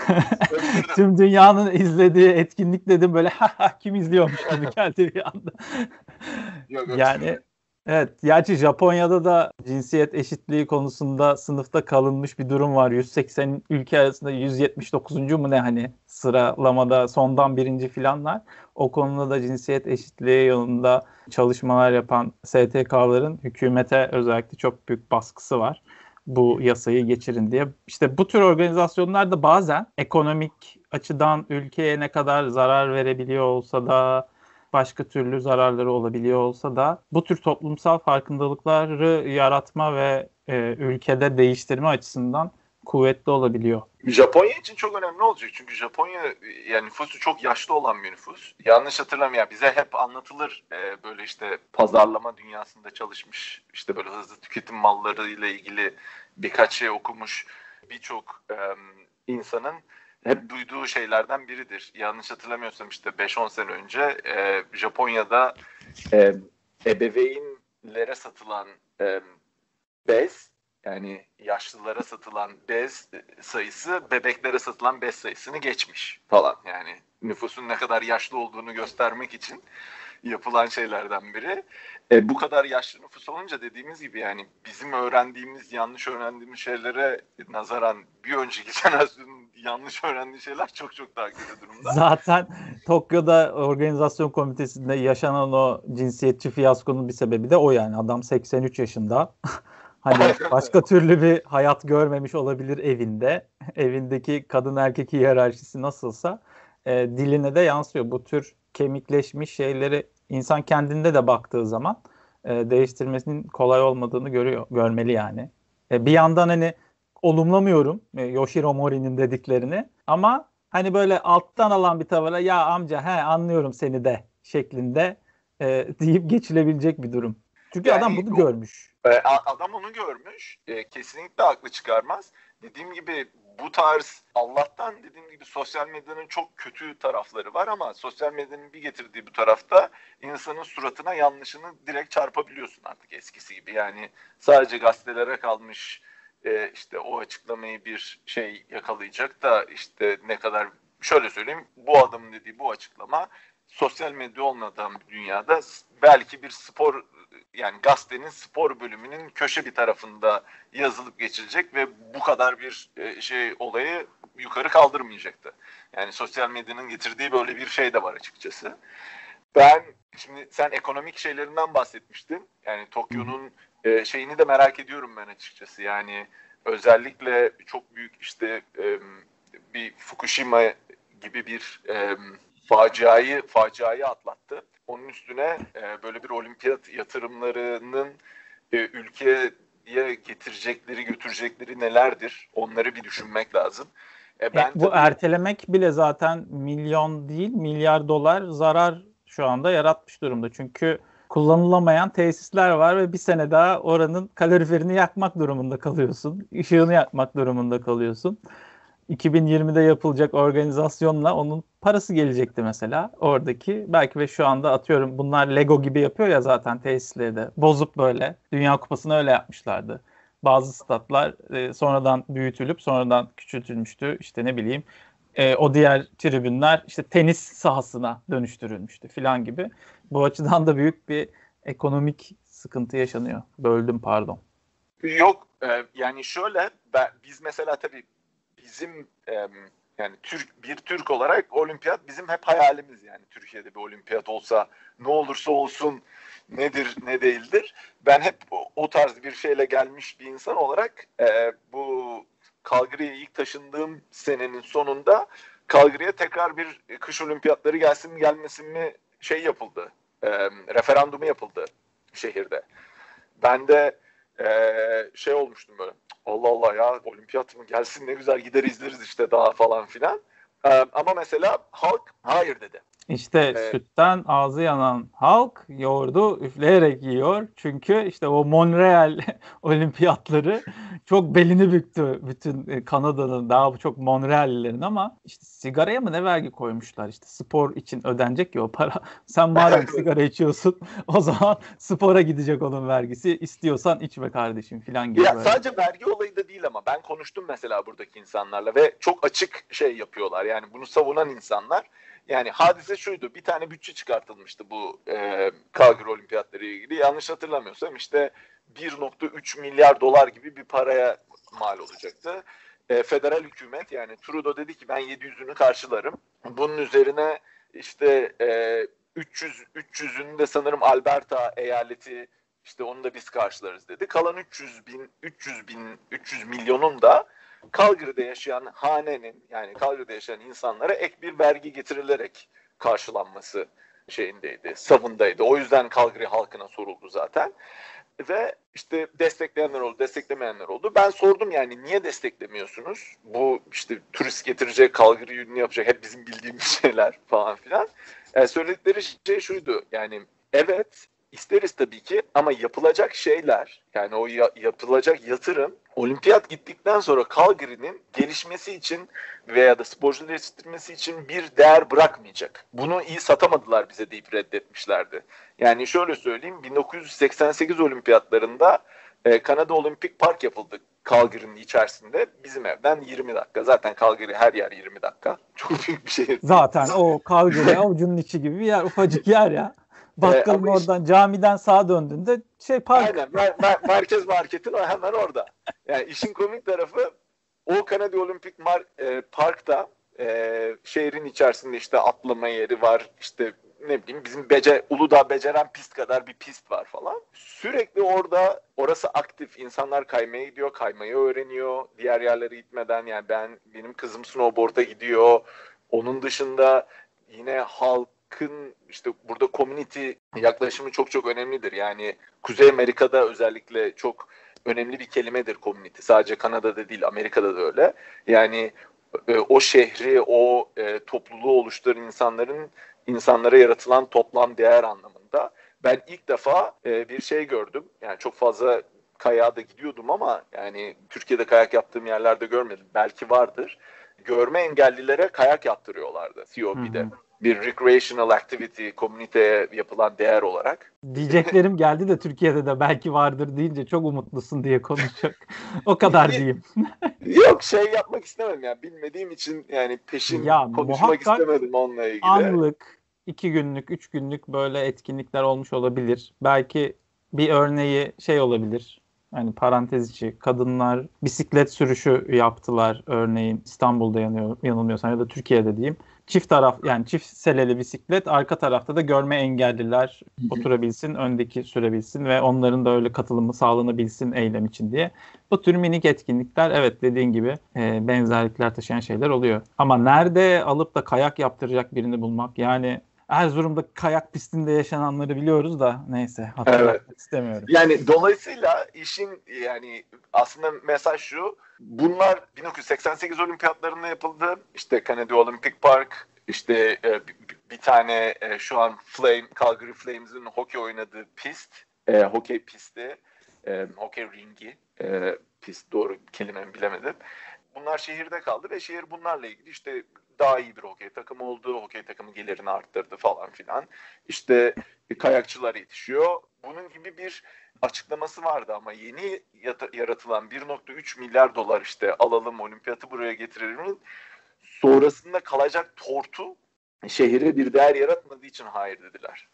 Tüm dünyanın izlediği etkinlik dedim böyle kim izliyormuş gibi geldi bir anda. Yok, yani evet, gerçi Japonya'da da cinsiyet eşitliği konusunda sınıfta kalınmış bir durum var. yüz seksen ülke arasında yüz yetmiş dokuzuncu mu ne hani sıralamada sondan birinci filanlar. O konuda da cinsiyet eşitliği yolunda çalışmalar yapan S T K'ların hükümete özellikle çok büyük baskısı var. Bu yasayı geçirin diye. İşte bu tür organizasyonlar da bazen ekonomik açıdan ülkeye ne kadar zarar verebiliyor olsa da başka türlü zararları olabiliyor olsa da bu tür toplumsal farkındalıkları yaratma ve e, ülkede değiştirme açısından kuvvetli olabiliyor. Japonya için çok önemli olacak. Çünkü Japonya yani nüfusu çok yaşlı olan bir nüfus. Yanlış hatırlamıyorum. Bize hep anlatılır e, böyle işte pazarlama dünyasında çalışmış, işte böyle hızlı tüketim malları ile ilgili birkaç şey okumuş birçok e, insanın hep duyduğu şeylerden biridir. Yanlış hatırlamıyorsam işte beş on sene önce e, Japonya'da e, ebeveynlere satılan e, bez, yani yaşlılara satılan bez sayısı bebeklere satılan bez sayısını geçmiş falan. Yani nüfusun ne kadar yaşlı olduğunu göstermek için yapılan şeylerden biri. E, bu kadar yaşlı nüfus olunca dediğimiz gibi yani bizim öğrendiğimiz, yanlış öğrendiğimiz şeylere nazaran bir önceki jenerasyonun yanlış öğrendiği şeyler çok çok daha kötü durumda. Zaten Tokyo'da organizasyon komitesinde yaşanan o cinsiyetçi fiyaskonun bir sebebi de o yani. Adam seksen üç yaşında. Hani başka türlü bir hayat görmemiş olabilir evinde. Evindeki kadın erkek hiyerarşisi nasılsa e, diline de yansıyor. Bu tür kemikleşmiş şeyleri insan kendinde de baktığı zaman e, değiştirmesinin kolay olmadığını görüyor, görmeli yani. E, bir yandan hani olumlamıyorum e, Yoshiro Mori'nin dediklerini ama hani böyle alttan alan bir tavırla ya amca he anlıyorum seni de şeklinde e, deyip geçilebilecek bir durum. Çünkü Yani adam bunu o, görmüş. e, adam onu görmüş. E, kesinlikle haklı çıkarmaz. Dediğim gibi bu tarz Allah'tan dediğim gibi sosyal medyanın çok kötü tarafları var ama sosyal medyanın bir getirdiği bu tarafta insanın suratına yanlışını direkt çarpabiliyorsun artık eskisi gibi. Yani sadece gazetelere kalmış e, işte o açıklamayı bir şey yakalayacak da işte ne kadar şöyle söyleyeyim bu adamın dediği bu açıklama sosyal medya olmadan bir dünyada belki bir spor yani gazetenin spor bölümünün köşe bir tarafında yazılıp geçilecek ve bu kadar bir şey olayı yukarı kaldırmayacaktı. Yani sosyal medyanın getirdiği böyle bir şey de var açıkçası. Ben şimdi sen ekonomik şeylerinden bahsetmiştin. Yani Tokyo'nun e, şeyini de merak ediyorum ben açıkçası. Yani özellikle çok büyük işte e, bir Fukushima gibi bir e, faciayı faciayı atlattı. Onun üstüne e, böyle bir olimpiyat yatırımlarının e, ülkeye getirecekleri, götürecekleri nelerdir? Onları bir düşünmek lazım. E, ben E, bu tabii ertelemek bile zaten milyon değil milyar dolar zarar şu anda yaratmış durumda. Çünkü kullanılamayan tesisler var ve bir sene daha oranın kaloriferini yakmak durumunda kalıyorsun. Işığını yakmak durumunda kalıyorsun. iki bin yirmide yapılacak organizasyonla onun parası gelecekti mesela oradaki. Belki ve şu anda atıyorum bunlar Lego gibi yapıyor ya zaten tesisleri de. Bozup böyle Dünya Kupası'nı öyle yapmışlardı. Bazı statlar e, sonradan büyütülüp sonradan küçültülmüştü. İşte ne bileyim e, o diğer tribünler işte tenis sahasına dönüştürülmüştü filan gibi. Bu açıdan da büyük bir ekonomik sıkıntı yaşanıyor. Böldüm pardon. yok e, yani şöyle ben, biz mesela tabii bizim e, yani Türk bir Türk olarak olimpiyat bizim hep hayalimiz yani Türkiye'de bir olimpiyat olsa ne olursa olsun nedir ne değildir. Ben hep o, o tarz bir şeyle gelmiş bir insan olarak e, bu Calgary'ye ilk taşındığım senenin sonunda Calgary'ye tekrar bir kış olimpiyatları gelsin mi gelmesin mi şey yapıldı. E, referandumu yapıldı şehirde. Ben de e, şey olmuştum böyle. Allah Allah ya olimpiyat mı gelsin ne güzel gider izleriz işte daha falan filan. E, ama mesela halk hayır dedi. İşte Evet. sütten ağzı yanan halk yoğurdu üfleyerek yiyor. Çünkü işte o Montreal olimpiyatları çok belini büktü bütün e, Kanada'nın, daha çok Montreal'lilerin, ama işte sigaraya mı ne vergi koymuşlar, işte spor için ödenecek ya o para. Sen madem sigara içiyorsun o zaman spora gidecek onun vergisi. İstiyorsan içme kardeşim falan gibi Ya böyle. sadece vergi olayı da değil ama ben konuştum mesela buradaki insanlarla ve çok açık şey yapıyorlar. Yani bunu savunan insanlar. Yani hadise şuydu. Bir tane bütçe çıkartılmıştı bu e, Calgary Olimpiyatları ile ilgili. Yanlış hatırlamıyorsam işte bir nokta üç milyar dolar gibi bir paraya mal olacaktı. E, federal hükümet, yani Trudeau dedi ki ben yedi yüzünü karşılarım. Bunun üzerine işte e, üç yüz üç yüzünü de sanırım Alberta eyaleti, İşte onu da biz karşılarız dedi. Kalan üç yüz bin, üç yüz bin, üç yüz milyonun da Calgary'de yaşayan hanenin, yani Calgary'de yaşayan insanlara ek bir vergi getirilerek karşılanması şeyindeydi, savundaydı. O yüzden Calgary halkına soruldu zaten. Ve işte destekleyenler oldu, desteklemeyenler oldu. Ben sordum yani niye desteklemiyorsunuz? Bu işte turist getirecek, Calgary'yi ünlü yapacak, hep bizim bildiğimiz şeyler falan filan. Yani söyledikleri şey şuydu, yani evet isteriz tabii ki ama yapılacak şeyler, yani o ya, yapılacak yatırım olimpiyat gittikten sonra Calgary'nin gelişmesi için veya da sporcuları yetiştirmesi için bir değer bırakmayacak. Bunu iyi satamadılar bize deyip reddetmişlerdi. Yani şöyle söyleyeyim, bin dokuz yüz seksen sekiz olimpiyatlarında e, Kanada Olimpik Park yapıldı Calgary'nin içerisinde, bizim evden yirmi dakika. Zaten Calgary her yer yirmi dakika. Çok büyük bir şehir. Zaten o Calgary avucunun içi gibi bir yer, ufacık yer ya. Bakkalın Ee, oradan işte, camiden sağa döndüğünde şey park. Aynen mer- mer- merkez marketin hemen orada. Yani işin komik tarafı o Kanada Olimpik Mar- e, Park'ta e, şehrin içerisinde işte atlama yeri var, işte ne bileyim bizim Bece, Uludağ Beceren pist kadar bir pist var falan. Sürekli orada, orası aktif, insanlar kaymaya gidiyor, kaymayı öğreniyor diğer yerlere gitmeden. Yani ben, benim kızım snowboard'a gidiyor. Onun dışında yine halkın işte burada community yaklaşımı çok çok önemlidir. Yani Kuzey Amerika'da özellikle çok önemli bir kelimedir community. Sadece Kanada'da değil, Amerika'da da öyle. Yani e, o şehri, o e, topluluğu oluşturan insanların insanlara yaratılan toplam değer anlamında. Ben ilk defa e, bir şey gördüm. Yani çok fazla kayağa da gidiyordum ama yani Türkiye'de kayak yaptığım yerlerde görmedim. Belki vardır. Görme engellilere kayak yaptırıyorlardı C O B'de. Hı hı. Bir recreational activity, komüniteye yapılan değer olarak. Diyeceklerim geldi de Türkiye'de de belki vardır deyince çok umutlusun diye konuşacak. O kadar diyeyim. Yok, şey yapmak istemedim yani, bilmediğim için yani peşin Ya konuşmak muhakkak istemedim onunla ilgili. anlık, iki günlük, üç günlük böyle etkinlikler olmuş olabilir. Belki bir örneği şey olabilir. Hani parantez içi, kadınlar bisiklet sürüşü yaptılar örneğin İstanbul'da, yanıyor, yanılmıyorsam, ya da Türkiye'de diyeyim. Çift taraf, yani çift seleli bisiklet, arka tarafta da görme engelliler oturabilsin, öndeki sürebilsin ve onların da öyle katılımı sağlanabilsin eylem için diye. Bu tür minik etkinlikler, evet dediğin gibi e, benzerlikler taşıyan şeyler oluyor. Ama nerede alıp da kayak yaptıracak birini bulmak, yani Erzurum'da kayak pistinde yaşananları biliyoruz da neyse, hatırlatmak evet. istemiyorum. Yani dolayısıyla işin yani aslında mesaj şu: bunlar bin dokuz yüz seksen sekiz olimpiyatlarında yapıldı. İşte Kanada Olimpik Park, işte e, bir, bir tane e, şu an Flame, Calgary Flames'in hokey oynadığı pist, e, hokey pisti, e, hokey ringi, e, pist, doğru kelimemi bilemedim. Bunlar şehirde kaldı ve şehir bunlarla ilgili işte daha iyi bir hokey takımı oldu, hokey takımı gelirini arttırdı falan filan. İşte kayakçılar yetişiyor. Bunun gibi bir açıklaması vardı ama yeni yaratılan bir nokta üç milyar dolar işte alalım olimpiyatı buraya getirelim sonrasında kalacak tortu şehire bir değer yaratmadığı için hayır dediler.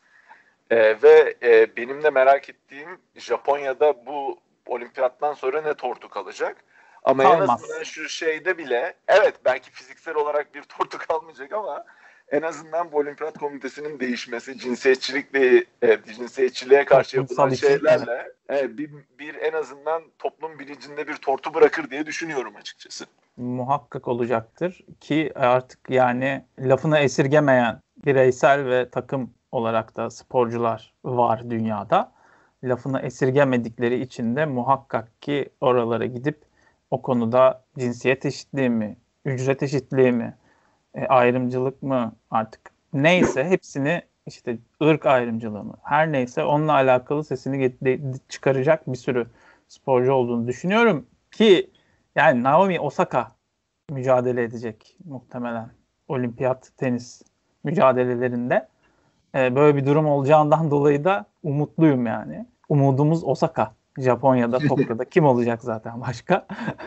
Ee, ve e, benim de merak ettiğim, Japonya'da bu olimpiyattan sonra ne tortu kalacak? Ama Kalmaz. En azından şu şeyde bile, evet belki fiziksel olarak bir tortu kalmayacak ama en azından bu olimpiyat komitesinin değişmesi, cinsiyetçilikle, e, cinsiyetçiliğe karşı yapılan şeylerle e, bir, bir en azından toplum bilincinde bir tortu bırakır diye düşünüyorum açıkçası. Muhakkak olacaktır ki artık yani lafını esirgemeyen bireysel ve takım olarak da sporcular var dünyada. Lafını esirgemedikleri için de muhakkak ki oralara gidip o konuda cinsiyet eşitliği mi, ücret eşitliği mi, e, ayrımcılık mı, artık neyse hepsini işte ırk ayrımcılığını her neyse onunla alakalı sesini çıkaracak bir sürü sporcu olduğunu düşünüyorum ki yani Naomi Osaka mücadele edecek muhtemelen olimpiyat tenis mücadelelerinde. Ee, böyle bir durum olacağından dolayı da umutluyum yani. Umudumuz Osaka. Japonya'da, Tokyo'da kim olacak zaten başka?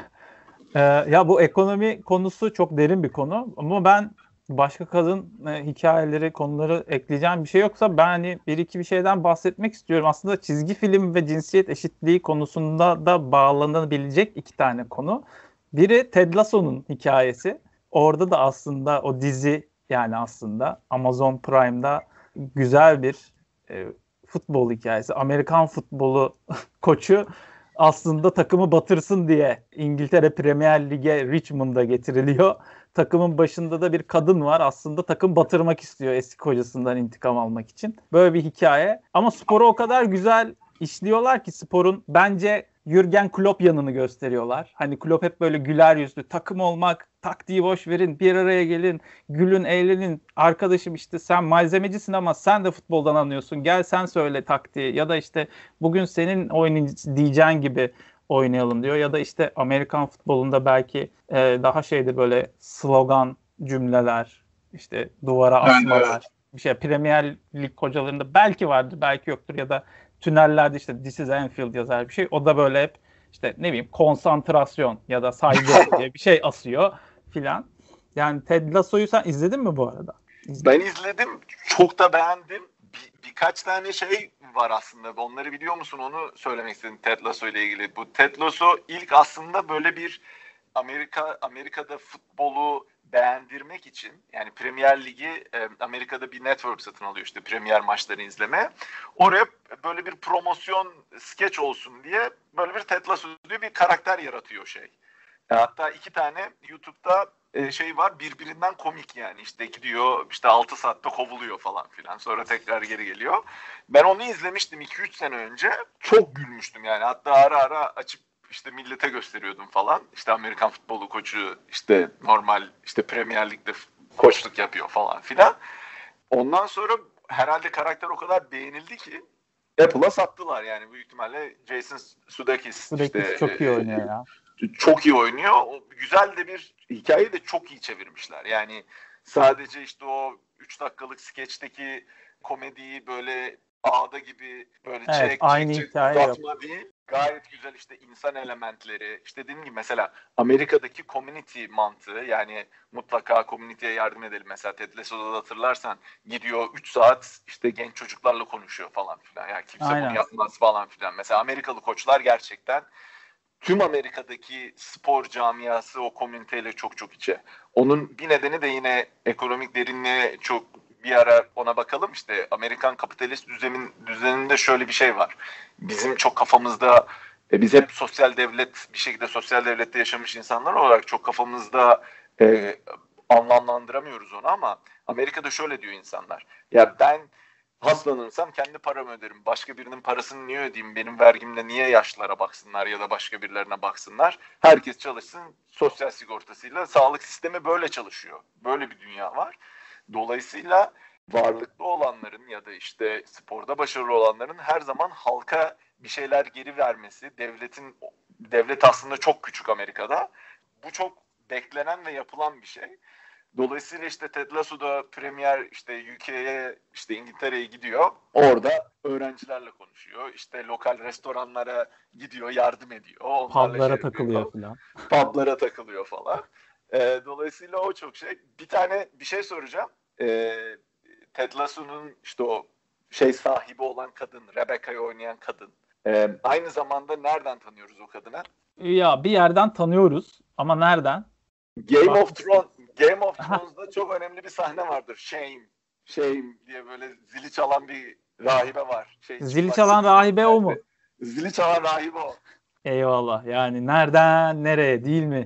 ee, ya bu ekonomi konusu çok derin bir konu ama ben başka kadın e, hikayeleri, konuları ekleyeceğim bir şey yoksa ben hani bir iki bir şeyden bahsetmek istiyorum. Aslında çizgi film ve cinsiyet eşitliği konusunda da bağlanabilecek iki tane konu. Biri Ted Lasso'nun hikayesi. Orada da aslında o dizi yani aslında Amazon Prime'da güzel bir e, futbol hikayesi. Amerikan futbolu koçu aslında takımı batırsın diye İngiltere Premier Lig'e Richmond'a getiriliyor. Takımın başında da bir kadın var. Aslında takım batırmak istiyor eski kocasından intikam almak için. Böyle bir hikaye. Ama sporu o kadar güzel işliyorlar ki sporun bence Jürgen Klopp yanını gösteriyorlar. Hani Klopp hep böyle güler yüzlü, takım olmak, taktiği boş verin, bir araya gelin, gülün, eğlenin. Arkadaşım işte sen malzemecisin ama sen de futboldan anlıyorsun. Gel sen söyle taktiği ya da işte bugün senin oynayacağın diyeceğin gibi oynayalım diyor. Ya da işte Amerikan futbolunda belki e, daha şeydir böyle slogan cümleler, işte duvara asmalar. Evet, evet. Bir şey Premier Lig hocalarında belki vardır, belki yoktur ya da tünellerde işte This is Anfield yazar bir şey. O da böyle hep işte ne bileyim konsantrasyon ya da saygı diye bir şey asıyor filan. Yani Ted Lasso'yu sen izledin mi bu arada? İzledim. Ben izledim. Çok da beğendim. Bir, birkaç tane şey var aslında. Onları biliyor musun? Onu söylemek istedim Ted Lasso ile ilgili. Bu Ted Lasso ilk aslında böyle bir Amerika Amerika'da futbolu beğendirmek için yani Premier Ligi e, Amerika'da bir network satın alıyor işte Premier maçları izleme. Oraya böyle bir promosyon skeç olsun diye böyle bir Ted Lasso diye bir karakter yaratıyor şey. E, hatta iki tane YouTube'da e, şey var birbirinden komik yani işte gidiyor işte altı saatte kovuluyor falan filan sonra tekrar geri geliyor. Ben onu izlemiştim iki üç sene önce çok gülmüştüm yani hatta ara ara açıp işte millete gösteriyordum falan. İşte Amerikan futbolu koçu işte normal işte Premier Lig'de koçluk yapıyor falan filan. Ondan sonra herhalde karakter o kadar beğenildi ki Apple'a sattılar yani büyük ihtimalle Jason Sudeikis, Sudeikis işte çok iyi oynuyor ya. Çok iyi oynuyor. O, güzel de bir hikayeyi de çok iyi çevirmişler. Yani sadece işte o üç dakikalık skeçteki komediyi böyle ağda gibi böyle evet, çek aynı çek hikaye uzatma değil. Gayet güzel işte insan elementleri. İşte dediğim gibi mesela Amerika'daki community mantığı yani mutlaka community'ye yardım edelim. Mesela Ted Lasso'da da hatırlarsan gidiyor üç saat işte genç çocuklarla konuşuyor falan filan. Yani kimse Aynen. bunu yapmaz falan filan. Mesela Amerikalı koçlar gerçekten tüm Amerika'daki spor camiası o komüniteyle çok çok içe. Onun bir nedeni de yine ekonomik derinliğe çok bir ara ona bakalım. İşte Amerikan kapitalist düzenin, düzeninde şöyle bir şey var. Bizim çok kafamızda e, biz hep sosyal devlet bir şekilde sosyal devlette yaşamış insanlar olarak çok kafamızda e, anlamlandıramıyoruz onu ama Amerika'da şöyle diyor insanlar. Ya ben hastalanırsam kendi paramı öderim. Başka birinin parasını niye ödeyeyim? Benim vergimle niye yaşlılara baksınlar ya da başka birilerine baksınlar? Herkes çalışsın sosyal sigortasıyla. Sağlık sistemi böyle çalışıyor. Böyle bir dünya var. Dolayısıyla varlıklı olanların ya da işte sporda başarılı olanların her zaman halka bir şeyler geri vermesi, devletin devlet aslında çok küçük Amerika'da. Bu çok beklenen ve yapılan bir şey. Dolayısıyla işte Ted Lasso da Premier işte U K'ye işte İngiltere'ye gidiyor. Orada öğrencilerle konuşuyor. İşte lokal restoranlara gidiyor, yardım ediyor. Pub'lara takılıyor falan. Pub'lara takılıyor falan. E, dolayısıyla o çok şey. Bir tane bir şey soracağım. E, Ted Lasso'nun işte o şey sahibi olan kadın, Rebecca'yı oynayan kadın. E, aynı zamanda nereden tanıyoruz o kadını? Ya bir yerden tanıyoruz ama nereden? Game Bak. of Thrones Game of Thrones'da çok önemli bir sahne vardır. Shame, Shame diye böyle zili çalan bir rahibe var. Şey, zili çalan rahibe o mu? Zili çalan rahibe o. Eyvallah. Yani nereden nereye değil mi?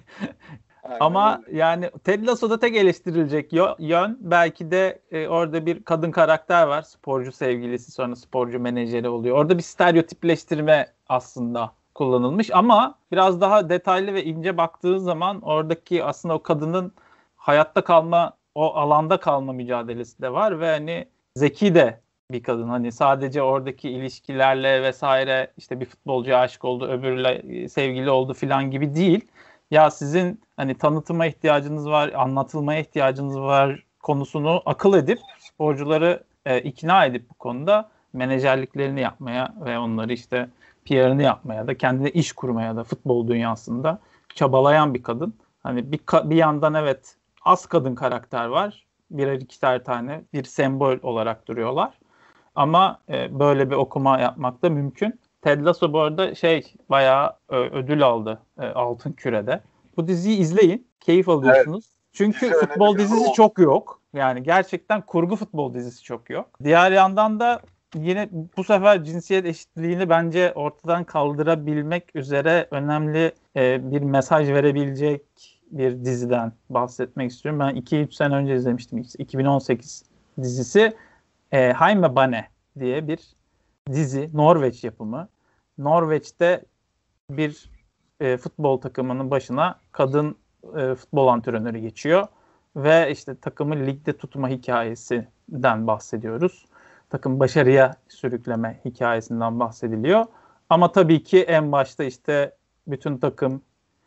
Ama öyle. Yani Ted Lasso'da tek eleştirilecek yön belki de e, orada bir kadın karakter var. Sporcu sevgilisi sonra sporcu menajeri oluyor. Orada bir stereotipleştirme aslında kullanılmış ama biraz daha detaylı ve ince baktığın zaman oradaki aslında o kadının hayatta kalma o alanda kalma mücadelesi de var ve hani zeki de bir kadın. Hani sadece oradaki ilişkilerle vesaire işte bir futbolcuya aşık oldu, öbürüyle sevgili oldu falan gibi değil. Ya sizin hani tanıtıma ihtiyacınız var, anlatılmaya ihtiyacınız var konusunu akıl edip sporcuları e, ikna edip bu konuda menajerliklerini yapmaya ve onları işte P R'ını yapmaya da kendine iş kurmaya da futbol dünyasında çabalayan bir kadın. Hani bir, bir yandan evet az kadın karakter var. Birer ikişer tane bir sembol olarak duruyorlar. Ama e, böyle bir okuma yapmak da mümkün. Ted Lasso bu arada şey bayağı e, ödül aldı e, Altın Küre'de. Bu diziyi izleyin. Keyif Evet. alıyorsunuz. Çünkü Dizi futbol önerileri dizisi oldu. çok yok. Yani gerçekten kurgu futbol dizisi çok yok. Diğer yandan da yine bu sefer cinsiyet eşitliğini bence ortadan kaldırabilmek üzere önemli e, bir mesaj verebilecek bir diziden bahsetmek istiyorum. Ben iki üç sene önce izlemiştim. iki bin on sekiz dizisi e, Heime Bane diye bir dizi. Norveç yapımı. Norveç'te bir e, futbol takımının başına kadın e, futbol antrenörü geçiyor. Ve işte takımı ligde tutma hikayesinden bahsediyoruz. Takım başarıya sürükleme hikayesinden bahsediliyor. Ama tabii ki en başta işte bütün takım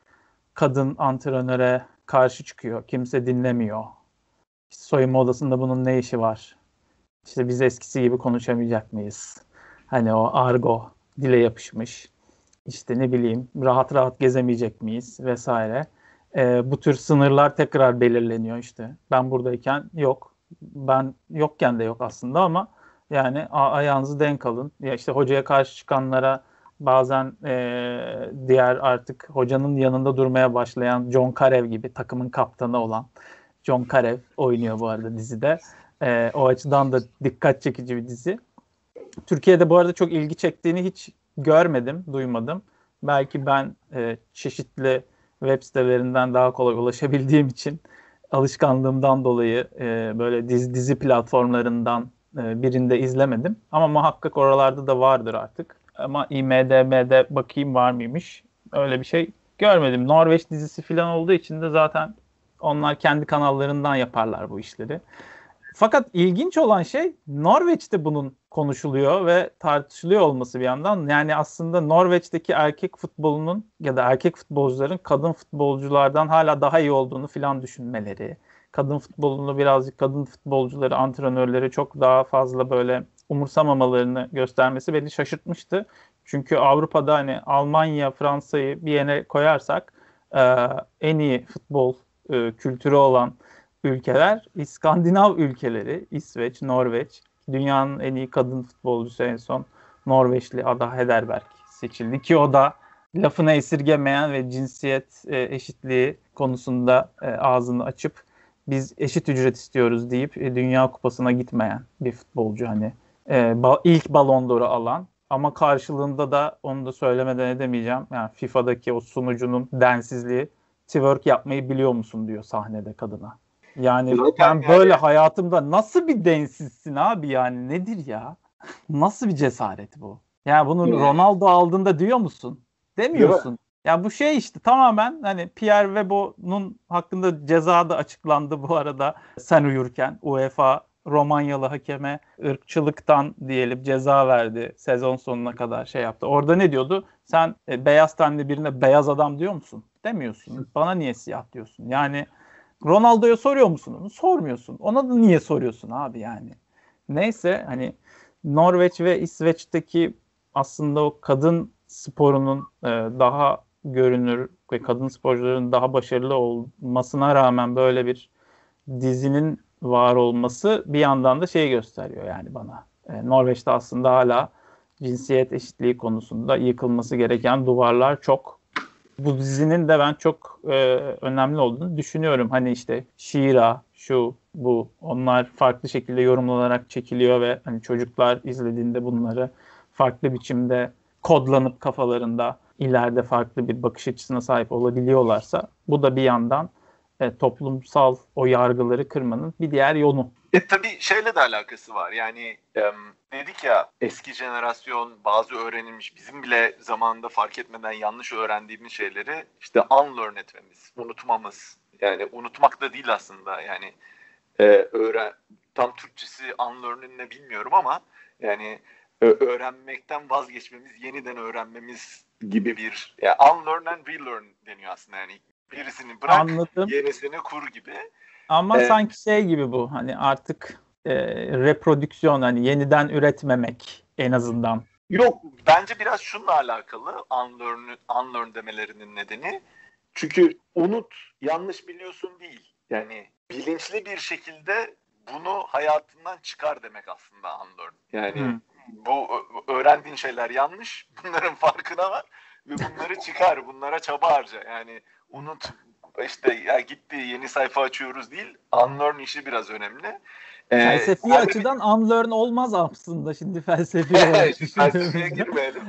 kadın antrenöre karşı çıkıyor. Kimse dinlemiyor. İşte soyunma odasında bunun ne işi var? İşte biz eskisi gibi konuşamayacak mıyız? Hani o argo dile yapışmış. İşte ne bileyim rahat rahat gezemeyecek miyiz vesaire. Ee, bu tür sınırlar tekrar belirleniyor işte. Ben buradayken yok. Ben yokken de yok aslında ama yani a- ayağınızı denk alın. Ya işte hocaya karşı çıkanlara bazen e, diğer artık hocanın yanında durmaya başlayan John Karev gibi takımın kaptanı olan John Karev oynuyor bu arada dizide. E, o açıdan da dikkat çekici bir dizi. Türkiye'de bu arada çok ilgi çektiğini hiç görmedim, duymadım. Belki ben e, çeşitli web sitelerinden daha kolay ulaşabildiğim için alışkanlığımdan dolayı e, böyle dizi, dizi platformlarından e, birinde izlemedim. Ama muhakkak oralarda da vardır artık. Ama IMDb'de bakayım var mıymış. Öyle bir şey görmedim. Norveç dizisi falan olduğu için de zaten onlar kendi kanallarından yaparlar bu işleri. Fakat ilginç olan şey Norveç'te bunun konuşuluyor ve tartışılıyor olması bir yandan. Yani aslında Norveç'teki erkek futbolunun ya da erkek futbolcuların kadın futbolculardan hala daha iyi olduğunu filan düşünmeleri. Kadın futbolunu birazcık kadın futbolcuları, antrenörleri çok daha fazla böyle umursamamalarını göstermesi beni şaşırtmıştı. Çünkü Avrupa'da hani Almanya, Fransa'yı bir yere koyarsak en iyi futbol kültürü olan ülkeler İskandinav ülkeleri, İsveç, Norveç. Dünyanın en iyi kadın futbolcusu en son Norveçli Ada Hegerberg seçildi ki o da lafını esirgemeyen ve cinsiyet e, eşitliği konusunda e, ağzını açıp biz eşit ücret istiyoruz deyip e, Dünya Kupası'na gitmeyen bir futbolcu hani e, ba- ilk Ballon d'Or'u alan ama karşılığında da onu da söylemeden edemeyeceğim. Yani FIFA'daki o sunucunun densizliği twerk yapmayı biliyor musun diyor sahnede kadına. Yani Zaten ben böyle yani hayatımda nasıl bir densizsin abi yani nedir ya? Nasıl bir cesaret bu? Ya bunu e, Ronaldo aldığında diyor musun? değil mi? Demiyorsun. Ya bu şey işte tamamen hani Pierre Webo'nun hakkında ceza da açıklandı bu arada sen uyurken UEFA Romanyalı hakeme ırkçılıktan diyelim ceza verdi. Sezon sonuna kadar şey yaptı. Orada ne diyordu? Sen e, beyaz tenli birine beyaz adam diyor musun? Demiyorsun. Bana niye siyah diyorsun? Yani Ronaldo'ya soruyor musun onu? Sormuyorsun. Ona da niye soruyorsun abi yani? Neyse hani Norveç ve İsveç'teki aslında o kadın sporunun e, daha görünür ve kadın sporcuların daha başarılı olmasına rağmen böyle bir dizinin var olması bir yandan da şey gösteriyor yani bana. E, Norveç'te aslında hala cinsiyet eşitliği konusunda yıkılması gereken duvarlar çok. Bu dizinin de ben çok e, önemli olduğunu düşünüyorum. Hani işte She-Ra, şu, bu onlar farklı şekilde yorumlanarak çekiliyor ve hani çocuklar izlediğinde bunları farklı biçimde kodlanıp kafalarında ileride farklı bir bakış açısına sahip olabiliyorlarsa bu da bir yandan e, toplumsal o yargıları kırmanın bir diğer yolu. E tabii şeyle de alakası var. Yani em, dedik ya eski jenerasyon bazı öğrenilmiş bizim bile zamanında fark etmeden yanlış öğrendiğimiz şeyleri işte unlearn etmemiz, unutmamız. Yani unutmak da değil aslında. Yani e, öğren tam Türkçesi unlearning ne bilmiyorum ama yani öğrenmekten vazgeçmemiz, yeniden öğrenmemiz gibi bir yani unlearn and relearn deniyor aslında yani birisini bırak Anladım. yenisini kur gibi. Ama ee, sanki şey gibi bu hani artık e, reprodüksiyon hani yeniden üretmemek en azından. Yok bence biraz şununla alakalı unlearn, unlearn demelerinin nedeni. Çünkü unut yanlış biliyorsun değil. Yani bilinçli bir şekilde bunu hayatından çıkar demek aslında unlearn. Yani hmm. bu öğrendiğin şeyler yanlış. Bunların farkına var ve bunları çıkar. Bunlara çaba harca. Yani unut işte ya gitti yeni sayfa açıyoruz değil. Unlearn işi biraz önemli. Felsefi ee, açıdan bir... unlearn olmaz aslında şimdi felsefi olarak felsefeye girmeyelim.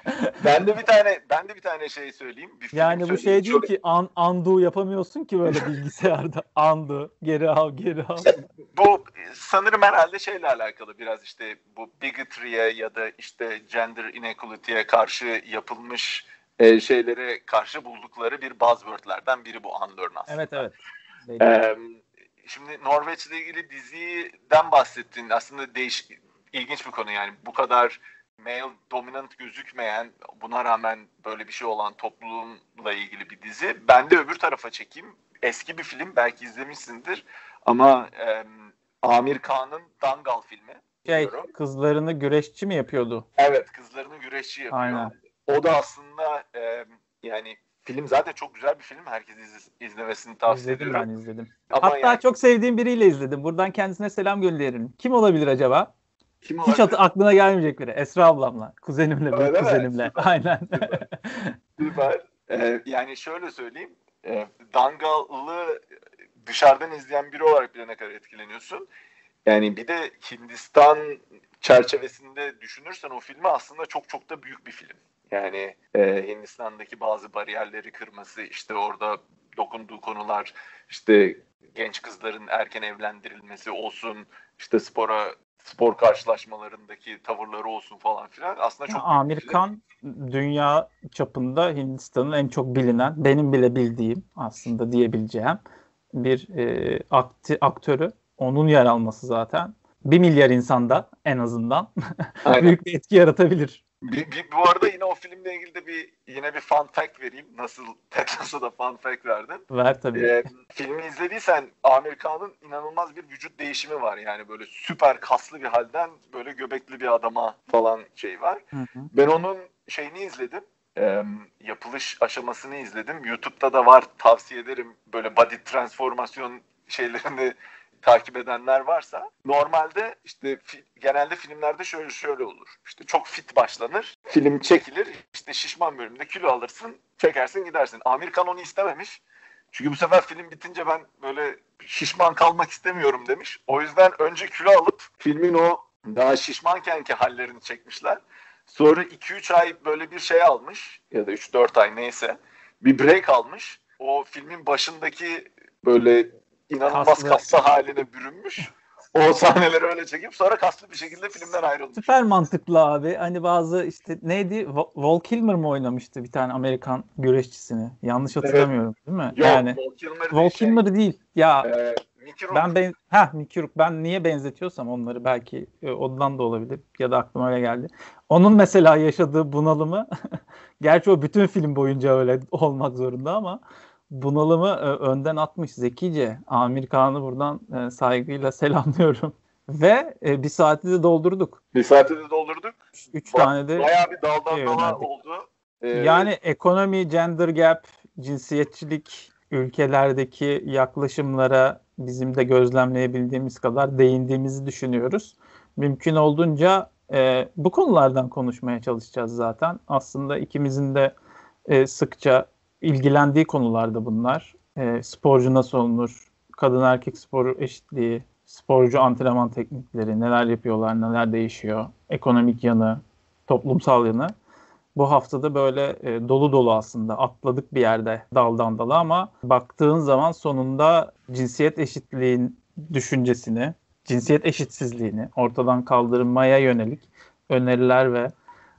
Ben de bir tane ben de bir tane şey söyleyeyim. Bir yani bu şey değil Çok... ki un, undo yapamıyorsun ki böyle bilgisayarda. Undo, geri al, geri al. İşte bu sanırım herhalde şeyle alakalı biraz işte bu bigotry'e ya da işte gender inequality'ye karşı yapılmış e, şeylere karşı buldukları bir buzzword'lerden biri bu unlearn aslında. Evet evet. Ee, şimdi Norveç'le ilgili diziden bahsettin. Aslında değiş ilginç bir konu yani. Bu kadar male dominant gözükmeyen, buna rağmen böyle bir şey olan toplumla ilgili bir dizi. Ben de öbür tarafa çekeyim. Eski bir film, belki izlemişsindir. Ama e, Amir Khan'ın Dangal filmi. Şey, biliyorum. Kızlarını güreşçi mi yapıyordu? Evet, kızlarını güreşçi yapıyor. Aynen. O da aslında e, yani film zaten çok güzel bir film. Herkes iz, izlemesini tavsiye izledim ediyorum. ben izledim. Ama Hatta yani... çok sevdiğim biriyle izledim. Buradan kendisine selam gönderelim. Kim olabilir acaba? Kim Hiç olabilir? aklına gelmeyecek biri. Esra ablamla. Kuzenimle. Öyle mi? Kuzenimle. Süper. Aynen. Süper. Süper. Ee, yani şöyle söyleyeyim. E, Dangal'ı dışarıdan izleyen biri olarak bile ne kadar etkileniyorsun. Yani bir de Hindistan çerçevesinde düşünürsen o filmi aslında çok çok da büyük bir film. Yani e, Hindistan'daki bazı bariyerleri kırması, işte orada dokunduğu konular, işte genç kızların erken evlendirilmesi olsun, işte spora spor karşılaşmalarındaki tavırları olsun falan filan. Aslında çok Amir Khan dünya çapında Hindistan'ın en çok bilinen, benim bile bildiğim aslında diyebileceğim bir e, akti, aktörü. Onun yer alması zaten bir milyar insanda en azından büyük bir etki yaratabilir. Bir, bir, bu arada yine o filmle ilgili de bir yine bir fun fact vereyim. Nasıl Ted Lasso'da fun fact verdin. Ver tabii. Ee, filmi izlediysen Amir Khan'ın inanılmaz bir vücut değişimi var. Yani böyle süper kaslı bir halden böyle göbekli bir adama falan şey var. Hı hı. Ben onun şeyini izledim. Ee, yapılış aşamasını izledim. YouTube'da da var, tavsiye ederim. Böyle body transformasyon şeylerini takip edenler varsa, normalde işte fi, genelde filmlerde şöyle şöyle olur. İşte çok fit başlanır, film çekilir, işte şişman bölümde kilo alırsın, çekersin gidersin. Amir Khan onu istememiş. Çünkü bu sefer film bitince ben böyle şişman kalmak istemiyorum demiş. O yüzden önce kilo alıp filmin o daha şişmankenki hallerini çekmişler. Sonra iki üç ay böyle bir şey almış ya da üç dört ay neyse bir break almış. O filmin başındaki böyle inanılmaz kaslı, kaslı haline bürünmüş. O sahneleri öyle çekip sonra kaslı bir şekilde filmden ayrılmış. Süper mantıklı abi. Hani bazı işte neydi? Val Kilmer mı oynamıştı bir tane Amerikan güreşçisini? Yanlış hatırlamıyorum, evet. Değil mi? Yok, yani Val Kilmer, Val Kilmer şey, değil. Ya e, Mickey ben ben ha Mickey Rourke. Ben niye benzetiyorsam onları belki e, ondan da olabilir ya da aklıma öyle geldi. Onun mesela yaşadığı bunalımı gerçi o bütün film boyunca öyle olmak zorunda ama bunalımı e, önden atmış zekice. Amir Khan'ı buradan e, saygıyla selamlıyorum. Ve e, bir saati de doldurduk. Bir saati de doldurduk. Üç ba- tane de bayağı bir daldan şey dala önerdik. oldu. Ee, yani ekonomi, gender gap, cinsiyetçilik, ülkelerdeki yaklaşımlara bizim de gözlemleyebildiğimiz kadar değindiğimizi düşünüyoruz. Mümkün olduğunca e, bu konulardan konuşmaya çalışacağız zaten. Aslında ikimizin de e, sıkça ilgilendiği konularda bunlar. E, sporcu nasıl olunur, kadın erkek sporu eşitliği, sporcu antrenman teknikleri, neler yapıyorlar, neler değişiyor, ekonomik yanı, toplumsal yanı. Bu haftada böyle e, dolu dolu aslında atladık bir yerde daldan dala ama baktığın zaman sonunda cinsiyet eşitliğin düşüncesini, cinsiyet eşitsizliğini ortadan kaldırmaya yönelik öneriler ve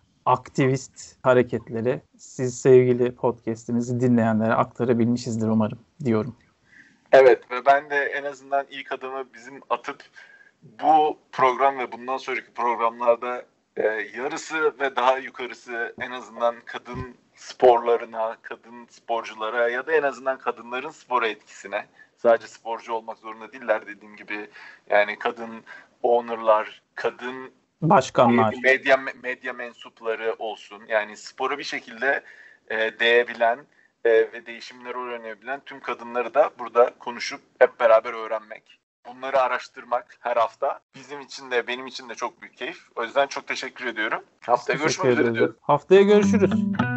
aktivist hareketleri siz sevgili podcast'imizi dinleyenlere aktarabilmişizdir umarım diyorum. Evet ve ben de en azından ilk adımı bizim atıp bu program ve bundan sonraki programlarda e, yarısı ve daha yukarısı en azından kadın sporlarına, kadın sporculara ya da en azından kadınların spora etkisine, sadece sporcu olmak zorunda değiller dediğim gibi, yani kadın owner'lar, kadın Başkanlar. medya medya mensupları olsun, yani spora bir şekilde e, değebilen e, ve değişimleri öğrenebilen tüm kadınları da burada konuşup hep beraber öğrenmek, bunları araştırmak her hafta bizim için de benim için de çok büyük keyif. O yüzden çok teşekkür ediyorum. Haftaya Teşekkür görüşmek üzere ederiz. diyorum. Haftaya görüşürüz.